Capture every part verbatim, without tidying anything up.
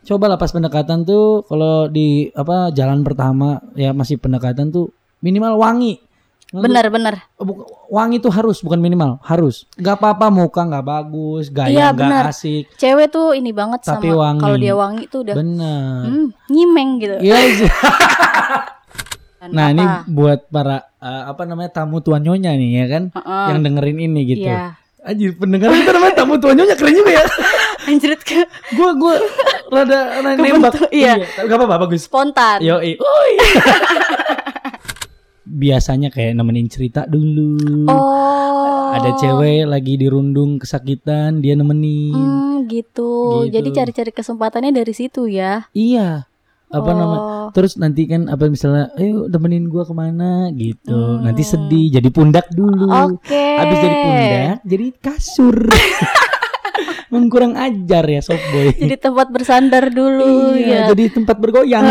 cobalah pas pendekatan tuh kalau di apa jalan pertama ya masih pendekatan tuh minimal wangi. Benar-benar. Wangi tuh harus, bukan minimal, harus. Gak apa-apa muka gak bagus, gaya iya, gak bener. asik. Cewek tuh ini banget tapi sama kalau dia wangi tuh udah bener. Hmm, nyimeng gitu. Iya. Nah, apa? ini buat para uh, apa namanya tamu tuan nyonya nih ya kan, uh-uh. yang dengerin ini gitu. Iya. Anjir, pendengar kita namanya tamu tuan nyonya keren juga ya. Anjir ke. Gue gue rada nembak. Iya. iya. Gak apa-apa, bagus. Spontan. Yoi. Biasanya kayak nemenin cerita dulu. Oh. Ada cewek lagi dirundung kesakitan, dia nemenin. Hmm, gitu. gitu. Jadi cari-cari kesempatannya dari situ ya. Iya. Apa oh. namanya? Terus nanti kan apa misalnya, ayo temenin gua kemana gitu. Hmm. Nanti sedih, jadi pundak dulu. Oke. Okay. Habis jadi pundak, jadi kasur. Kurang ajar ya softboy. Jadi tempat bersandar dulu iya, ya. Jadi tempat bergoyang.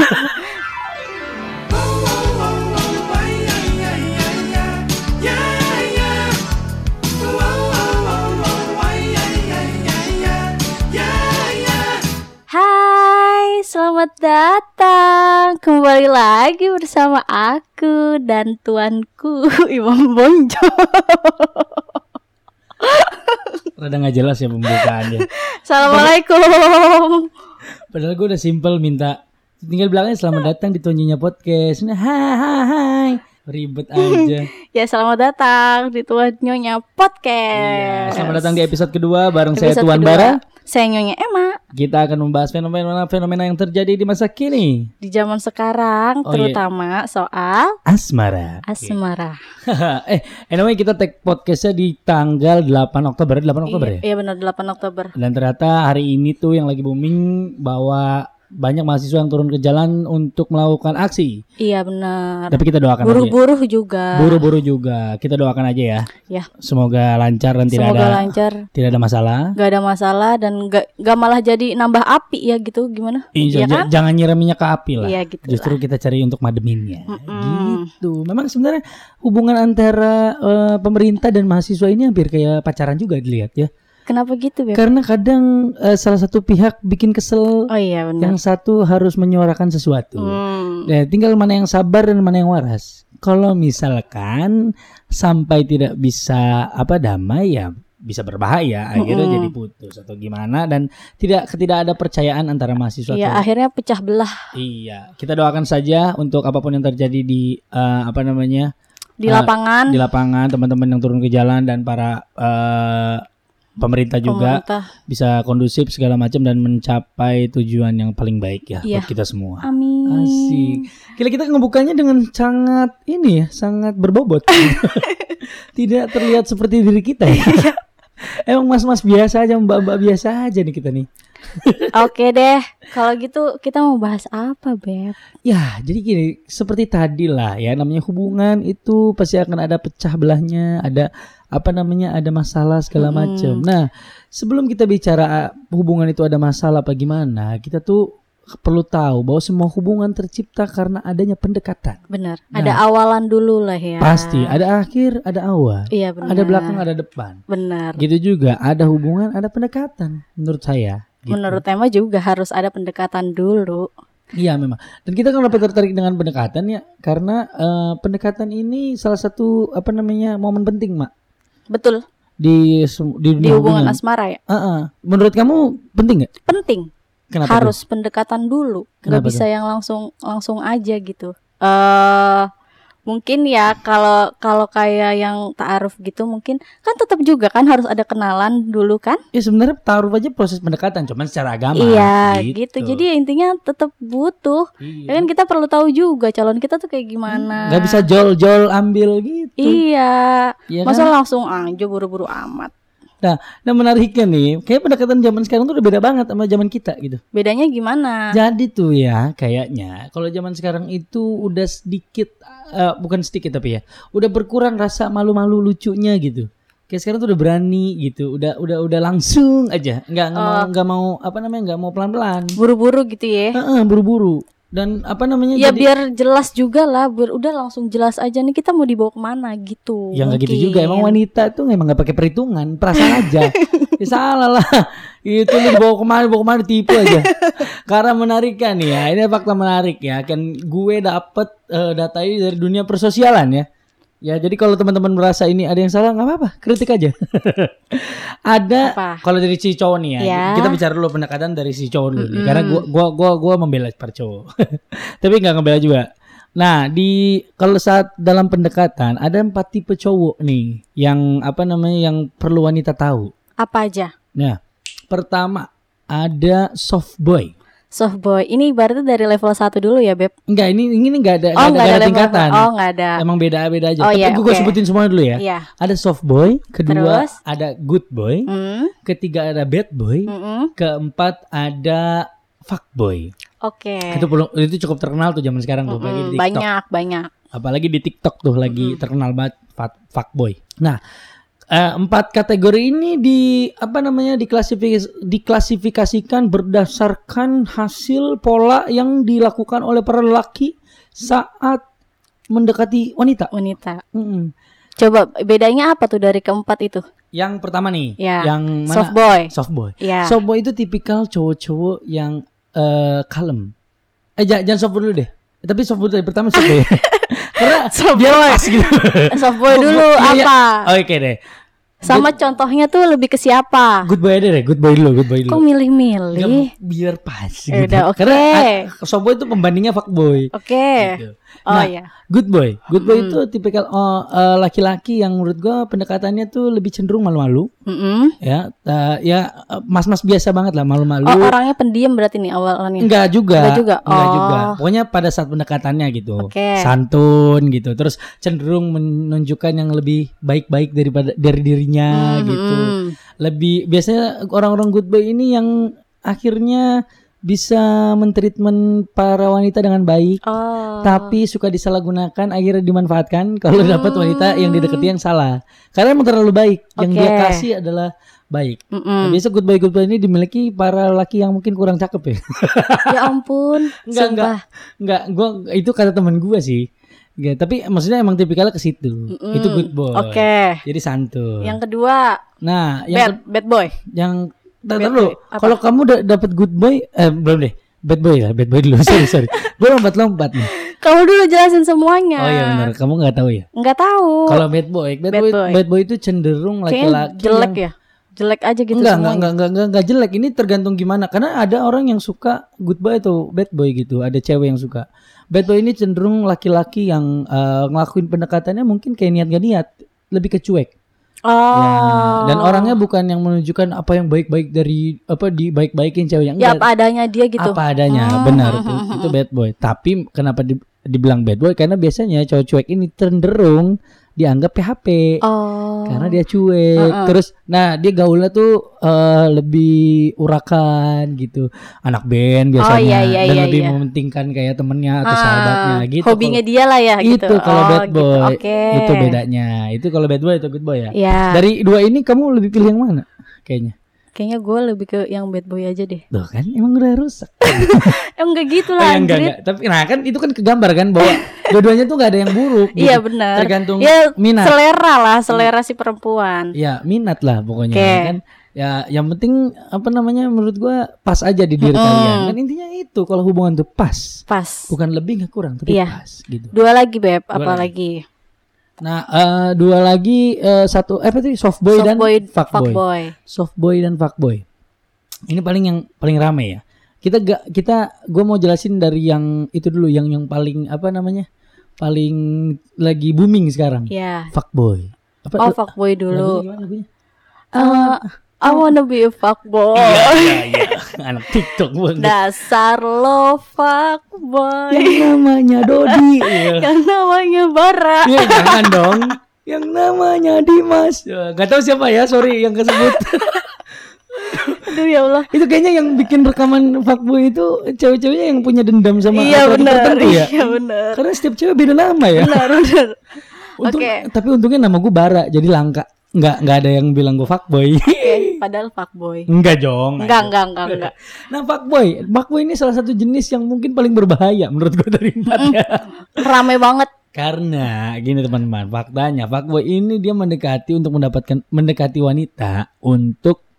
Selamat datang kembali lagi bersama aku dan tuanku Imam Bonjo. Rada gak jelas ya pembukaannya. Assalamualaikum. Padahal gue udah simple minta tinggal bilangnya selamat datang di Tuan Nyonya Podcast. Nah, hai hai hai. Ribet aja. Ya selamat datang di Tuan Nyonya Podcast. Iya, selamat datang di episode kedua bareng episode saya Tuan kedua. Bara. Saya Nyonya Emma. Kita akan membahas fenomena-fenomena yang terjadi di masa kini. Di zaman sekarang, oh, terutama iya. soal asmara. Asmara. eh, anyway kita take podcastnya di tanggal delapan Oktober, delapan Oktober iya, ya? Iya benar delapan Oktober. Dan ternyata hari ini tuh yang lagi booming bahwa banyak mahasiswa yang turun ke jalan untuk melakukan aksi. Iya benar. Tapi kita doakan buru-buru aja. juga. Buru-buru juga. Kita doakan aja ya. Ya. Semoga lancar dan tidak Semoga ada lancar. Tidak ada masalah. Gak ada masalah dan gak, gak malah jadi nambah api ya gitu gimana? Iya, ya kan? Jangan nyiram minyak ke api lah. Iya gitu. Justru lah. kita cari untuk mademinnya. Mm-mm. Gitu. Memang sebenarnya hubungan antara uh, pemerintah dan mahasiswa ini hampir kayak pacaran juga dilihat ya. Kenapa gitu, Beb? Karena kadang uh, salah satu pihak bikin kesel, oh iya benar. yang satu harus menyuarakan sesuatu. Hmm. Nah, tinggal mana yang sabar dan mana yang waras. Kalau misalkan sampai tidak bisa apa damai ya bisa berbahaya, akhirnya hmm. jadi putus atau gimana dan tidak tidak ada percayaan antara mahasiswa. Iya, akhirnya pecah belah. Iya, kita doakan saja untuk apapun yang terjadi di uh, apa namanya di lapangan, uh, di lapangan teman-teman yang turun ke jalan dan para uh, pemerintah juga pemerintah. Bisa kondusif segala macam dan mencapai tujuan yang paling baik ya iya. buat kita semua. Amin. Asik. Kira kita ngebukanya dengan sangat ini ya, sangat berbobot. Tidak terlihat seperti diri kita ya. Emang mas-mas biasa aja, mbak-mbak biasa aja nih kita nih. Oke deh, kalau gitu kita mau bahas apa, Beb? Ya, jadi gini, seperti tadi lah ya, namanya hubungan itu pasti akan ada pecah belahnya, ada apa namanya, ada masalah segala hmm. macam. Nah, sebelum kita bicara hubungan itu ada masalah apa gimana, kita tuh perlu tahu bahwa semua hubungan tercipta karena adanya pendekatan. Benar. Nah, ada awalan dulu lah ya. Pasti, ada akhir, ada awal. Iya benar. Ada belakang, ada depan. Benar. Gitu juga, ada hubungan, ada pendekatan menurut saya. Gitu. Menurut Emma juga harus ada pendekatan dulu. Iya memang. Dan kita kenapa tertarik dengan pendekatan ya? Karena uh, pendekatan ini salah satu apa namanya momen penting, Mak. Betul. Di di, di hubungan asmara ya. Uh-uh. Menurut kamu penting nggak? Penting. Kenapa harus tuh? Pendekatan dulu. Kenapa Gak bisa tuh? yang langsung langsung aja gitu. Eh uh, mungkin ya kalau kalau kayak yang ta'aruf gitu mungkin kan tetap juga kan harus ada kenalan dulu kan? Ya sebenarnya ta'aruf aja proses pendekatan cuman secara agama. Iya gitu. gitu. Jadi ya, intinya tetap butuh. Iya. Ya kan kita perlu tahu juga calon kita tuh kayak gimana. Gak bisa jol-jol ambil gitu. Iya. Ya Masa kan? langsung aja buru-buru amat. Nah, nah menariknya nih, kayak pendekatan zaman sekarang tuh udah beda banget sama zaman kita gitu. Bedanya gimana? Jadi tuh ya, kayaknya kalau zaman sekarang itu udah sedikit, uh, bukan sedikit tapi ya, udah berkurang rasa malu-malu lucunya gitu. Kayak sekarang tuh udah berani gitu, udah udah udah langsung aja, nggak nggak uh, mau nggak mau apa namanya nggak mau pelan-pelan. Buru-buru gitu ya? Uh-uh, buru-buru. Dan apa namanya? Ya jadi, biar jelas juga lah, biar udah langsung jelas aja nih kita mau dibawa kemana gitu. Ya nggak gitu juga, emang wanita tuh emang nggak pakai perhitungan, perasaan aja. Ya salah lah. Itu lu dibawa kemana, bawa kemana tipu aja. Karena menarik kan ya, ini fakta menarik ya. Kan gue dapet uh, data ini dari dunia persosialan ya. Ya jadi kalau teman-teman merasa ini ada yang salah nggak apa-apa, kritik aja. Ada kalau dari si cowok nih ya, ya, kita bicara dulu pendekatan dari si cowok dulu. Mm-hmm. Karena gua gua gua gua membela para cowok. Tapi nggak ngebela juga. Nah, di kalau saat dalam pendekatan ada empat tipe cowok nih yang apa namanya yang perlu wanita tahu. Apa aja? Nah, pertama ada soft boy. Soft boy, ini berarti dari level satu dulu ya, Beb? Enggak, ini ini enggak ada, oh, enggak ada, ada tingkatan. Oh, enggak ada. Emang beda-beda aja. Oh, Tapi iya, gue okay. sebutin semua dulu ya. Iya. Ada soft boy, kedua Terus? ada good boy, mm. ketiga ada bad boy, mm-hmm. keempat ada fuck boy. Oke. Okay. Itu belum itu cukup terkenal tuh zaman sekarang tuh, apalagi di TikTok. Banyak, banyak. Apalagi di TikTok tuh lagi mm-hmm. terkenal banget fuck boy. Nah, Uh, empat kategori ini di apa namanya diklasifikasi, diklasifikasikan berdasarkan hasil pola yang dilakukan oleh para lelaki saat mendekati wanita. Wanita. Mm-hmm. Coba bedanya apa tuh dari keempat itu? Yang pertama nih, ya. yang mana? Soft boy. Soft boy. Ya. Soft boy itu tipikal cowok-cowok yang uh, kalem. Eh jangan, jangan soft boy dulu deh. Tapi soft boy dari pertama soft boy. Karena soft dia boy. pas gitu. Soft boy dulu apa? Ya. Oh, oke okay deh. Sama good, contohnya tuh lebih ke siapa? Good boy aja deh, good boy dulu, good boy dulu. Kok milih-milih? Gak, biar pas gitu. Udah, okay. Karena soft boy itu pembandingnya fuck boy. Oke. Okay. Gitu. Oh nah, ya. Good boy, good boy mm-hmm. itu tipikal oh, uh, laki-laki yang menurut gua pendekatannya tuh lebih cenderung malu-malu. Mm-hmm. Ya, uh, ya mas-mas biasa banget lah, malu-malu. Oh, orangnya pendiam berarti nih awalnya. Enggak juga. Enggak juga. Enggak oh. juga. Pokoknya pada saat pendekatannya gitu. Okay. Santun gitu. Terus cenderung menunjukkan yang lebih baik-baik daripada dari dirinya mm-hmm. gitu. Lebih biasanya orang-orang good boy ini yang akhirnya bisa mentreatment para wanita dengan baik, oh. tapi suka disalahgunakan, akhirnya dimanfaatkan kalau hmm. dapat wanita yang didekati yang salah. Karena emang terlalu baik, okay. yang dia kasih adalah baik. Nah, biasa good boy good boy ini dimiliki para laki yang mungkin kurang cakep ya. Ya ampun, enggak enggak enggak, gua itu kata teman gua sih. Gak, tapi maksudnya emang tipikalnya ke situ. Mm-mm. Itu good boy. Oke. Okay. Jadi santun. Yang kedua, nah, yang bad, ke- bad boy. Yang Bentar dulu, kalau kamu da- dapat good boy, eh belum deh, bad boy lah, bad boy dulu, sorry sorry, gue lompat-lompat nih. Kamu dulu jelasin semuanya. Oh iya benar, kamu nggak tahu ya? Nggak tahu. Kalau bad boy, bad, bad boy, boy, bad boy itu cenderung laki-laki jelek yang... ya, jelek aja gitu. Enggak, enggak, enggak, enggak, enggak, enggak jelek. Ini tergantung gimana, karena ada orang yang suka good boy atau bad boy gitu, ada cewek yang suka. Bad boy ini cenderung laki-laki yang uh, ngelakuin pendekatannya mungkin kayak niat gak niat, lebih ke cuek. Oh. Ya, dan orangnya bukan yang menunjukkan apa yang baik-baik dari apa dibaik-baikin ceweknya. Ya apa adanya dia gitu. Apa adanya, oh. benar itu itu bad boy. Tapi kenapa di, dibilang bad boy? Karena biasanya cowok cuek ini cenderung dianggap P H P. Oh. Karena dia cuek. Uh-uh. Terus nah, dia gaulnya tuh uh, lebih urakan gitu. Anak band biasanya oh, iya, iya, dan iya, lebih iya. mementingkan kayak temennya atau ah, sahabatnya gitu. Hobinya kalo, dia lah ya gitu. Itu kalau oh, bad boy. Gitu. Okay. Itu bedanya. Itu kalau bad boy itu good boy ya. Yeah. Dari dua ini kamu lebih pilih yang mana kayaknya? Kayaknya gue lebih ke yang bad boy aja deh. Tuh kan emang udah rusak. Emang gak gitu lah. Oh, enggak, enggak. Tapi nah kan itu kan kegambar kan bahwa dua-duanya tuh gak ada yang buruk. Gitu. Iya benar. Tergantung ya, minat. Selera lah, selera si perempuan. Iya minat lah pokoknya okay. kan. Ya yang penting apa namanya menurut gue pas aja di diri mm-hmm. kalian. Kan intinya itu kalau hubungan tuh pas. Pas. Bukan lebih gak kurang tapi iya. pas gitu. Dua lagi Beb, dua apa lagi? lagi? Nah, uh, dua lagi uh, satu eh apa tadi soft boy soft dan boy, fuck boy. boy. Soft boy dan fuck boy. Ini paling yang paling rame ya. Kita gak kita gue mau jelasin dari yang itu dulu yang yang paling apa namanya? Paling lagi booming sekarang. Yeah. Fuck boy. Apa, oh, fuck boy dulu. Lagunya, lagunya? Uh, I wanna be a fuck boy. Iya, iya, iya. Anak TikTok banget. Dasar lo fuck boy. Yang namanya Dodi. Yang namanya Bara. Ya, jangan dong. Yang namanya Dimas. Gak tahu siapa ya, sorry yang kesebut. Aduh ya Allah. Itu kayaknya yang bikin rekaman fuckboy itu cewek-ceweknya yang punya dendam sama iya, bener, tertentu ya. Iya benar. Karena setiap cewek beda nama ya. Benar benar. Untung, okay. Tapi untungnya nama gue Bara jadi langka. Enggak enggak ada yang bilang gue fuckboy. Okay, padahal fuckboy. Enggak jong. Enggak enggak enggak enggak. Nah fuckboy, fuckboy ini salah satu jenis yang mungkin paling berbahaya menurut gue dari empat ya. Rame banget. Karena gini teman-teman, faktanya fuckboy ini dia mendekati untuk mendapatkan mendekati wanita untuk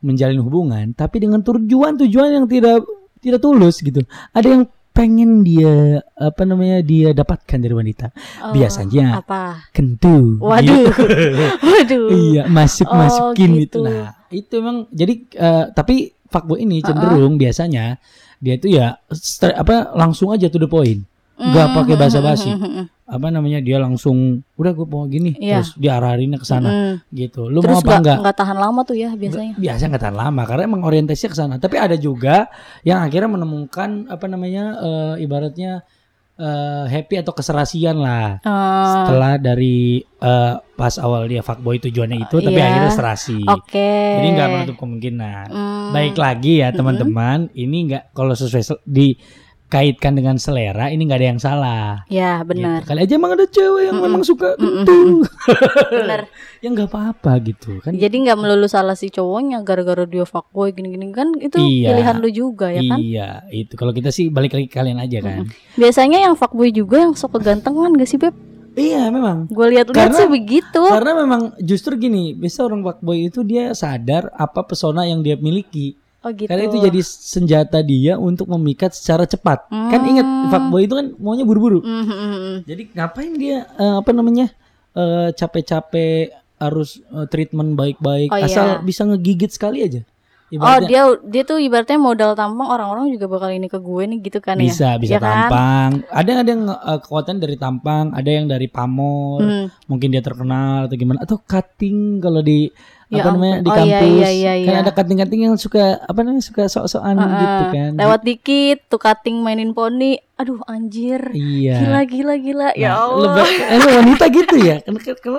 menjalin hubungan tapi dengan tujuan-tujuan yang tidak tidak tulus gitu. Ada yang pengen dia apa namanya dia dapatkan dari wanita. Oh, biasanya apa? kentu. Waduh. Gitu. Waduh. Iya, masuk-masukin Oh, gitu. gitu. Nah, itu emang jadi uh, tapi fuckboy ini cenderung uh-uh. biasanya dia itu ya stre- apa langsung aja to the point. Enggak mm, pakai basa-basi. Mm, mm, mm, apa namanya dia langsung udah gue mau gini yeah. terus diarahinnya ke sana mm. gitu. Lu terus mau apa enggak? Enggak tahan lama tuh ya biasanya. Biasa enggak tahan lama karena emang orientasinya ke sana. Tapi ada juga yang akhirnya menemukan apa namanya uh, ibaratnya uh, happy atau keserasian lah. Uh. Setelah dari uh, pas awal dia fuckboy tujuannya itu uh, tapi yeah. akhirnya serasi. Oke. Okay. Jadi enggak menutup kemungkinan. Mm. Baik lagi ya teman-teman, mm-hmm. ini enggak kalau sesuai di kaitkan dengan selera ini nggak ada yang salah. Ya benar. Gitu. Kali aja emang ada cewek yang mm-mm. memang suka gitu. Benar. Ya nggak apa-apa gitu kan. Jadi nggak melulu salah si cowoknya gara-gara dia fuckboy gini-gini kan itu iya, pilihan lu juga ya kan. Iya itu kalau kita sih balik lagi ke kalian aja kan. Mm-hmm. Biasanya yang fuckboy juga yang sok kegantengan gak sih Beb? Iya memang. Gue lihat-lihat sih begitu. Karena memang justru gini, biasa orang fuckboy itu dia sadar apa pesona yang dia miliki. Oh gitu. Karena itu jadi senjata dia untuk memikat secara cepat. Hmm. Kan ingat fuckboy itu kan maunya buru-buru. Hmm. Jadi ngapain dia uh, apa namanya uh, capek-capek harus uh, treatment baik-baik oh, asal iya. bisa ngegigit sekali aja. Ibaratnya, oh dia dia tuh ibaratnya modal tampang orang-orang juga bakal ini ke gue nih gitu kan bisa, ya. Bisa bisa ya tampang. Kan? Ada ada yang uh, kekuatan dari tampang, ada yang dari pamor. Hmm. Mungkin dia terkenal atau gimana atau cutting kalau di ya apa namanya di oh, kampus iya, iya, iya, kan iya. ada cutting-cutting yang suka apa namanya suka sok-sokan uh, gitu kan lewat dikit tuh cutting mainin poni aduh anjir iya. gila gila gila nah, ya Allah lebih, eh, wanita gitu ya karena, karena,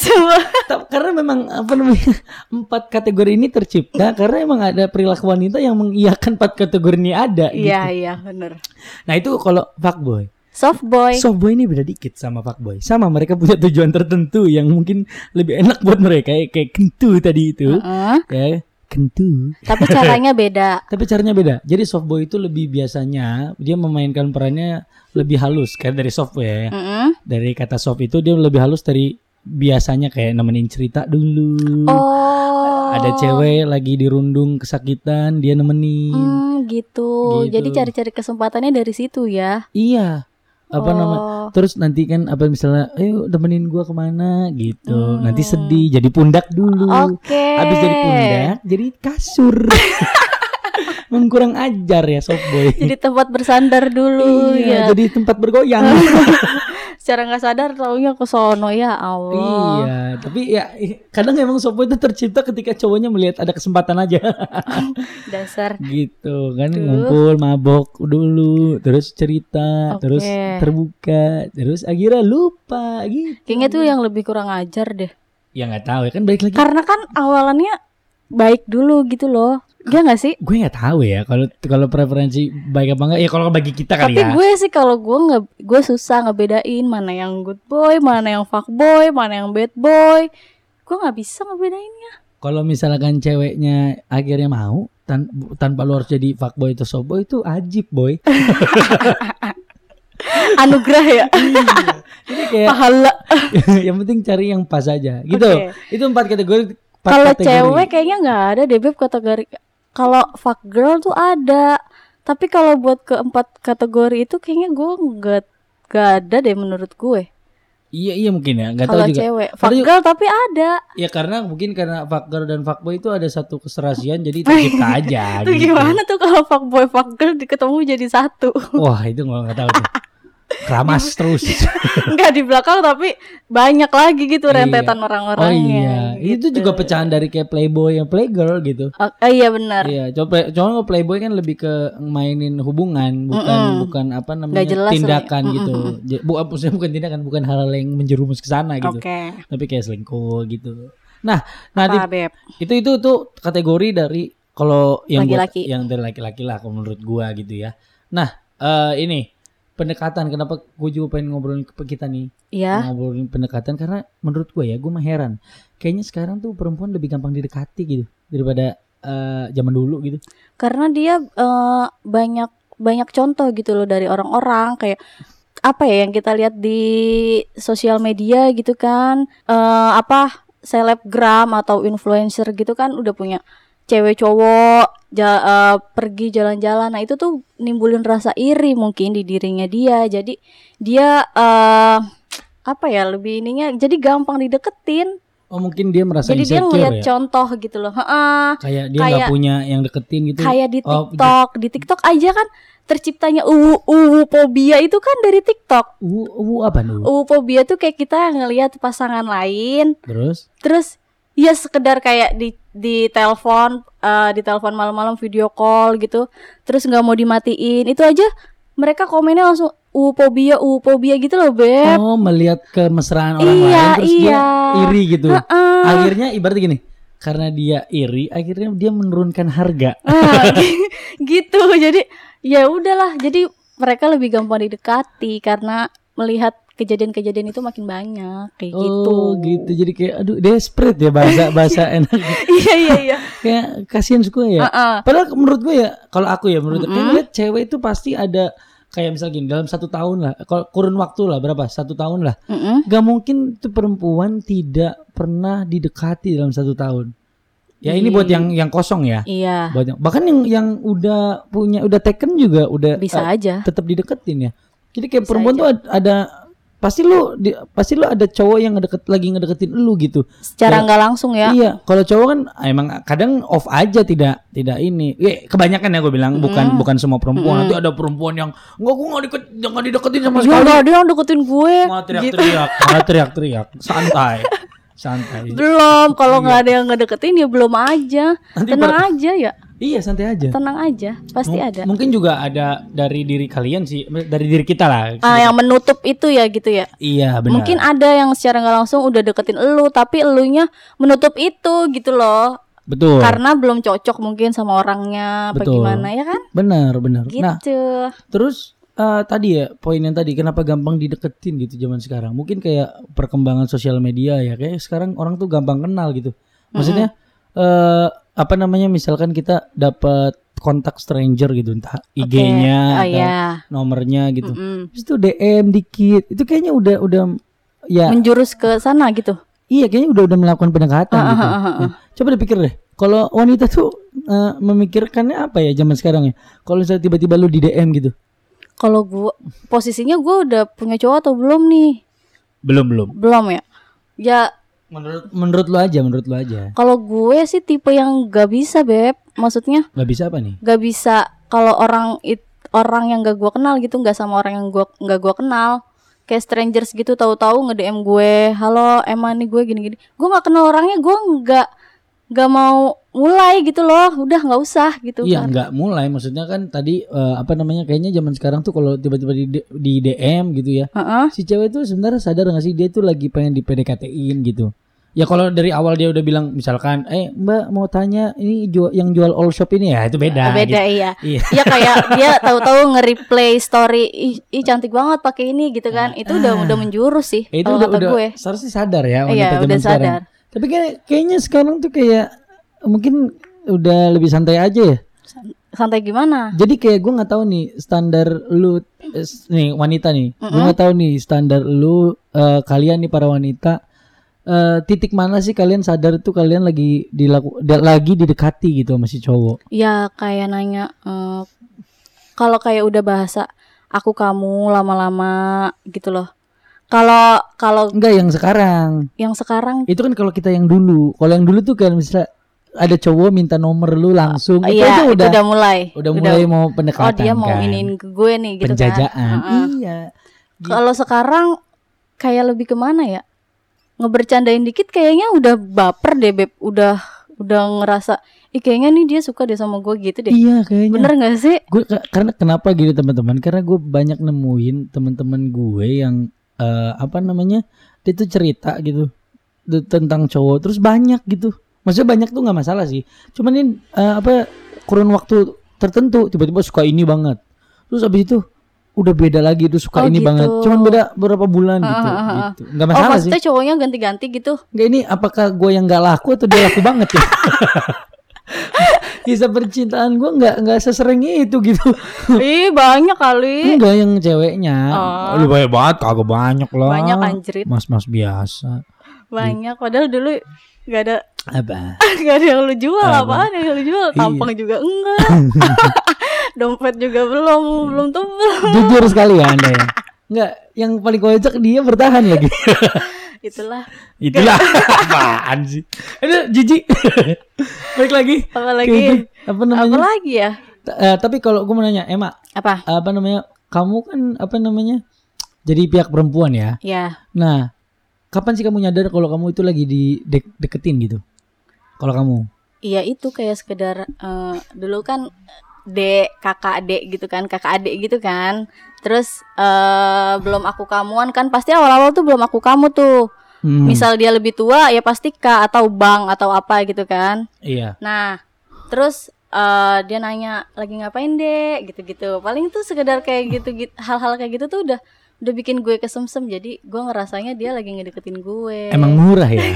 karena memang apa namanya empat kategori ini tercipta karena emang ada perilaku wanita yang mengiyakan empat kategori ini ada iya gitu. Iya benar Nah itu kalau fuckboy. Soft boy. Soft boy ini beda dikit sama fuckboy. Sama mereka punya tujuan tertentu yang mungkin lebih enak buat mereka kayak kayak kentu tadi itu. Uh-uh. Ya, kentu. Tapi caranya beda. Tapi caranya beda. Jadi soft boy itu lebih biasanya dia memainkan perannya lebih halus kayak dari soft boy ya. Uh-uh. Dari kata soft itu dia lebih halus dari biasanya kayak nemenin cerita dulu. Oh. Ada cewek lagi dirundung kesakitan, dia nemenin. Hmm, gitu. gitu. Jadi cari-cari kesempatannya dari situ ya. Iya. Apa oh. nama terus nanti kan apa misalnya ayo temenin gua kemana gitu hmm. nanti sedih jadi pundak dulu okay. habis dari pundak jadi kasur mengkurang ajar ya soft boy jadi tempat bersandar dulu iya, ya jadi tempat bergoyang secara nggak sadar taunya ke sono ya Allah iya tapi ya kadang emang soft boy itu tercipta ketika cowoknya melihat ada kesempatan aja dasar gitu kan Duh. Ngumpul mabok dulu terus cerita okay. terus terbuka terus akhirnya lupa gitu kayaknya tuh yang lebih kurang ajar deh ya nggak tahu ya kan balik lagi karena kan awalannya baik dulu gitu loh. Iya gak sih? Gue nggak tahu ya kalau kalau preferensi baik apa enggak ya kalau bagi kita kali Tapi ya. Tapi gue sih kalau gue nggak gue susah ngebedain mana yang good boy, mana yang fuck boy, mana yang bad boy. Gue nggak bisa ngebedainnya. Kalau misalkan ceweknya akhirnya mau tan- tanpa lu harus jadi fuck boy atau soft boy itu ajib boy. Anugerah ya. Jadi kayak pahala. Yang penting cari yang pas aja gitu. Okay. Itu empat kategori. Kalau cewek kayaknya nggak ada deh Beb kategori. Kalau fuck girl tuh ada. Tapi kalau buat keempat kategori itu kayaknya gue nggak nggak ada deh menurut gue. Iya iya mungkin ya, nggak tahu juga. Kalau cewek fuck girl tapi ada. Ya karena mungkin karena fuck girl dan fuck boy itu ada satu keserasian jadi tercipta aja. Tuh gitu. Gimana tuh kalau fuck boy fuck girl ketemu jadi satu? Wah itu gue nggak tahu tuh. Keramas terus. Enggak di belakang tapi banyak lagi gitu rentetan iya. orang-orangnya. Oh iya, gitu. Itu juga pecahan dari kayak playboy yang playgirl gitu. Oh, oh iya benar. Iya, coba coba playboy kan lebih ke mainin hubungan, bukan Mm-mm. bukan apa namanya tindakan lah. gitu. Bukan maksudnya bukan tindakan, bukan hal-hal yang menjerumus ke sana gitu. Okay. Tapi kayak selingkuh gitu. Nah, nah apa, di, Beb? itu itu tuh kategori dari kalau yang laki-laki. Buat, yang dari laki-laki lah kalau menurut gua gitu ya. Nah, uh, ini pendekatan, kenapa gue juga pengen ngobrolin ke kita nih ya. Ngobrolin pendekatan karena menurut gue ya gue mah heran kayaknya sekarang tuh perempuan lebih gampang didekati gitu daripada uh, zaman dulu gitu karena dia uh, banyak banyak contoh gitu loh dari orang-orang kayak apa ya yang kita lihat di sosial media gitu kan uh, apa selebgram atau influencer gitu kan udah punya cewek cowok ja, uh, pergi jalan-jalan. Nah itu tuh nimbulin rasa iri mungkin di dirinya dia. Jadi dia uh, apa ya lebih ininya, jadi gampang dideketin. Oh mungkin dia merasa jadi insecure dia ngeliat ya? contoh gitu loh. Ha-ha. Kayak dia Kayak- nggak punya yang deketin gitu. Kayak di Oh, TikTok, di TikTok aja kan terciptanya uwu uwu fobia itu kan dari TikTok. Uh, uh, apa nih? Uwu fobia tuh kayak kita ngelihat pasangan lain, Terus? terus ya sekedar kayak di di telepon, eh, di telepon malam-malam video call gitu, terus nggak mau dimatiin, itu aja mereka komennya langsung uwu fobia, uwu fobia gitu loh, Beb. Oh, melihat kemesraan orang Iya, lain terus dia iya. iri gitu. Heeh. Akhirnya ibaratnya gini, karena dia iri, akhirnya dia menurunkan harga. Ah, gitu. Jadi ya udahlah. Jadi mereka lebih gampang didekati karena melihat kejadian-kejadian itu makin banyak kayak gitu. Oh, gitu. Jadi kayak aduh, desperate ya bahasa bahasa enak. Iya iya iya. Kayak kasihan suka ya. Heeh. Padahal menurut gue ya, kalau aku ya menurut Mm-mm. kayak ngeliat cewek itu pasti ada kayak misalnya gini, dalam satu tahun lah, kalau kurun waktu lah berapa? Satu tahun lah. Mm-mm. Gak mungkin tuh perempuan tidak pernah didekati dalam satu tahun. Ya ini Iya. buat yang yang kosong ya. Iya. Buat yang, bahkan yang yang udah punya udah taken juga udah Bisa eh, aja. tetap dideketin ya. Jadi kayak Bisa perempuan aja. tuh ada, ada pasti lu di, pasti lu ada cowok yang ngedeket lagi ngedeketin lu gitu. Secara Ya, nggak langsung ya. Iya, kalau cowok kan emang kadang off aja tidak tidak ini. Ya, kebanyakan ya gue bilang bukan bukan semua perempuan. Nanti ada perempuan yang enggak gue enggak deket jangan dideketin sama Ya sekali. nggak ada yang deketin gue. Malah Gitu. teriak-teriak, malah teriak-teriak. Santai. Santai. Belum, kalau nggak ada yang ngedeketin ya belum aja. Nanti Tenang ber- aja ya. Iya, santai aja. Tenang aja, pasti M- ada. Mungkin juga ada dari diri kalian sih, dari diri kita lah. Ah, yang menutup itu ya gitu ya. Iya, benar. Mungkin ada yang secara nggak langsung udah deketin elu, tapi elunya menutup itu gitu loh. Betul. Karena belum cocok mungkin sama orangnya, apa Betul. gimana ya kan? Benar, benar. Gitu. Nah, terus eh, tadi ya poin yang tadi kenapa gampang dideketin gitu zaman sekarang? Mungkin kayak perkembangan sosial media ya, kayak sekarang orang tuh gampang kenal gitu. Maksudnya eh apa namanya? Misalkan kita dapat kontak stranger gitu, entah I G-nya Oh, atau iya. nomornya gitu. Mm-mm. Terus tuh D M dikit. Itu kayaknya udah udah ya Menjurus ke sana gitu. iya kayaknya udah udah melakukan pendekatan Ah, gitu. ah, ah, ah, Nah, coba dipikir deh. Kalau wanita tuh eh, memikirkannya apa ya zaman sekarang ya? Kalau misalnya tiba-tiba lu di D M gitu. Kalau gua posisinya gua udah punya cowok atau belum nih? Belum, belum. Belum ya. Ya Menurut menurut lu aja, menurut lu aja. kalau gue sih tipe yang gak bisa, Beb. Maksudnya Gak bisa apa nih? gak bisa kalau orang it, orang yang gak gua kenal gitu, gak sama orang yang gua gak gua kenal. Kayak strangers gitu, tahu-tahu nge-D M gue, halo emang nih gue gini-gini. Gue nggak kenal orangnya, gue nggak nggak mau mulai gitu loh. Udah nggak usah gitu. Iya, kan. nggak mulai. Maksudnya kan tadi eh, apa namanya? Kayaknya zaman sekarang tuh kalau tiba-tiba di, di D M gitu ya, Heeh. si cewek tuh sebenarnya sadar nggak sih dia tuh lagi pengen di P D K T-in gitu. Ya kalau dari awal dia udah bilang misalkan, eh Mbak mau tanya ini jual, yang jual all shop ini ya, itu beda. Beda gitu. iya. Iya. Ya kayak dia tahu-tahu nge-replay story, ih, ih cantik banget pakai ini gitu kan. Itu udah udah menjurus sih Eh, itu kalau udah, kata udah gue. seharusnya sadar ya wanita Iya, zaman udah sekarang. sadar. Tapi kayak, kayaknya sekarang tuh kayak mungkin udah lebih santai aja ya. Santai gimana? Jadi kayak gue nggak tahu nih standar lu eh, nih wanita nih, gue nggak tahu nih standar lu eh, kalian nih para wanita eh, titik mana sih kalian sadar tuh kalian lagi dilaku da- lagi didekati gitu sama si cowok. Ya kayak nanya eh, kalau kayak udah bahasa aku kamu lama-lama gitu loh. Kalau kalau Enggak yang sekarang. yang sekarang Itu kan kalau kita yang dulu. Kalau yang dulu tuh kan misalnya ada cowok minta nomor lu langsung, itu iya, aja itu udah udah mulai. udah mulai mau pendekatan Oh dia mau kan. iniin ke gue nih gitu Penjajaan. kan. Heeh. Iya. Kalau sekarang kayak lebih kemana ya? Ngebercandain dikit kayaknya udah baper deh Beb. Udah udah ngerasa ih kayaknya nih dia suka deh sama gue gitu deh. Iya kayaknya. Bener gak sih? Gue karena kenapa gitu teman-teman? Karena gue banyak nemuin teman-teman gue yang eh, apa namanya? Dia tuh cerita gitu d- tentang cowok terus banyak gitu. Maksudnya banyak tuh nggak masalah sih. Cuman ini eh, apa kurun waktu tertentu tiba-tiba suka ini banget. Terus abis itu udah beda lagi tuh suka Oh, ini gitu. banget. Cuman beda beberapa bulan gitu. Ah, ah, ah, ah. gitu. Nggak Oh masalah sih. maksudnya cowoknya ganti-ganti gitu. Nggak, ini apakah gue yang nggak laku atau dia laku banget ya? Kisah percintaan gue nggak nggak sesering itu gitu. Ih banyak kali. Enggak yang ceweknya. Oh. Lu banyak banget kagak banyak lah. Banyak anjrit. Mas-mas biasa. Banyak. Padahal dulu gak ada Apa? Gak ada yang lu jual, Apa? apaan yang lu jual? Iya. Tampang juga enggak. Dompet juga belum, belum tebel. Jujur sekali ya Anda ya. Enggak, yang paling kocak dia bertahan lagi. Itulah. Itulah apaan sih? Itu jijik. Balik lagi. Apa lagi? Kayak gitu. Apa namanya? Apa lagi ya? T- eh, tapi kalau gue mau nanya, Emma, Apa? apa namanya? Kamu kan apa namanya? Jadi pihak perempuan ya. Ya. Nah, kapan sih kamu nyadar kalau kamu itu lagi di de- deketin gitu? Kalau kamu? Iya itu kayak sekedar eh, dulu kan dek, kakak adik gitu kan, kakak adik gitu kan. Terus eh, belum aku kamuan kan, pasti awal-awal tuh belum aku kamu tuh. Hmm, Misal dia lebih tua ya pasti kak atau bang atau apa gitu kan. Iya. Nah, terus eh, dia nanya lagi ngapain dek gitu-gitu. Paling tuh sekedar kayak gitu, gitu hal-hal kayak gitu tuh udah udah bikin gue kesemsem. Jadi gue ngerasanya dia lagi ngedeketin gue. Emang murah ya?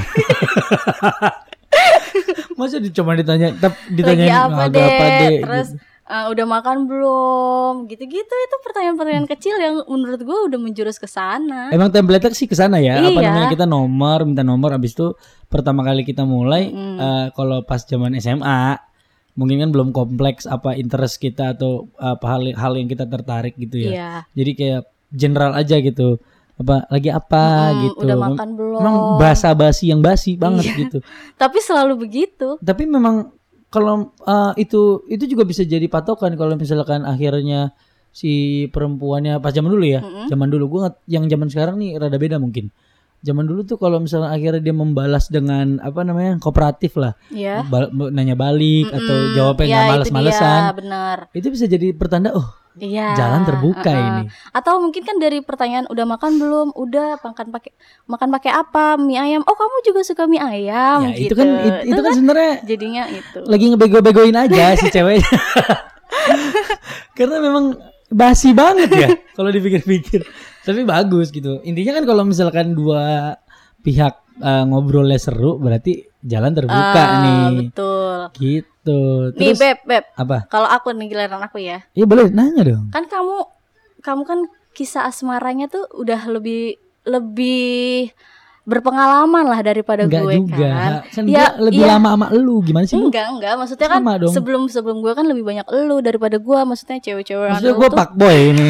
Masa cuma ditanya, tep, Lagi ditanya apa agak apa dek? dek? Terus Gitu. eh, udah makan belum? Gitu-gitu itu pertanyaan-pertanyaan kecil yang menurut gue udah menjurus ke sana. Emang template sih ke sana ya. Apa Iya. namanya, kita nomor, minta nomor, abis itu pertama kali kita mulai Mm. eh, kalau pas zaman S M A mungkin kan belum kompleks apa interest kita atau apa hal hal yang kita tertarik gitu ya. Iya. Jadi kayak general aja gitu. Apa lagi apa Mm, gitu. udah makan belum? Memang basa-basi yang basi banget Iya. gitu. Tapi selalu begitu. Tapi memang kalau uh, itu itu juga bisa jadi patokan kalau misalkan akhirnya si perempuannya pas zaman dulu ya. Mm-mm. Zaman dulu gue yang zaman sekarang nih rada beda mungkin. Zaman dulu tuh kalau misalnya akhirnya dia membalas dengan apa namanya kooperatif lah, Ya. Bal- nanya balik atau Mm-mm. jawabnya Ya, nggak itu males-malesan, dia, benar. itu bisa jadi pertanda oh Iya. jalan terbuka uh-uh. ini. Atau mungkin kan dari pertanyaan udah makan belum? Udah makan pakai makan pakai apa? Mie ayam. Oh, kamu juga suka mie ayam Ya gitu. itu kan it- itu, kan sebenarnya jadinya itu. lagi ngebego-begoin aja si ceweknya. Karena memang basi banget ya kalau dipikir-pikir. Tapi bagus gitu. Intinya kan kalau misalkan dua pihak uh, ngobrolnya seru berarti jalan terbuka Ah, nih. betul. Gitu. Nih, Terus Beb, Beb. apa? Kalau aku nih giliran aku ya. Iya boleh nanya dong. Kan kamu kamu kan kisah asmaranya tuh udah lebih lebih berpengalaman lah daripada Enggak gue juga. kan. Kan Ya, gua lebih iya. lama sama elu. Gimana sih lu? Enggak, enggak. Maksudnya kan Sama dong. sebelum sebelum gue kan lebih banyak elu daripada gue. Maksudnya cewek-cewek yang Maksudnya dulu gue tuh. pak boy ini.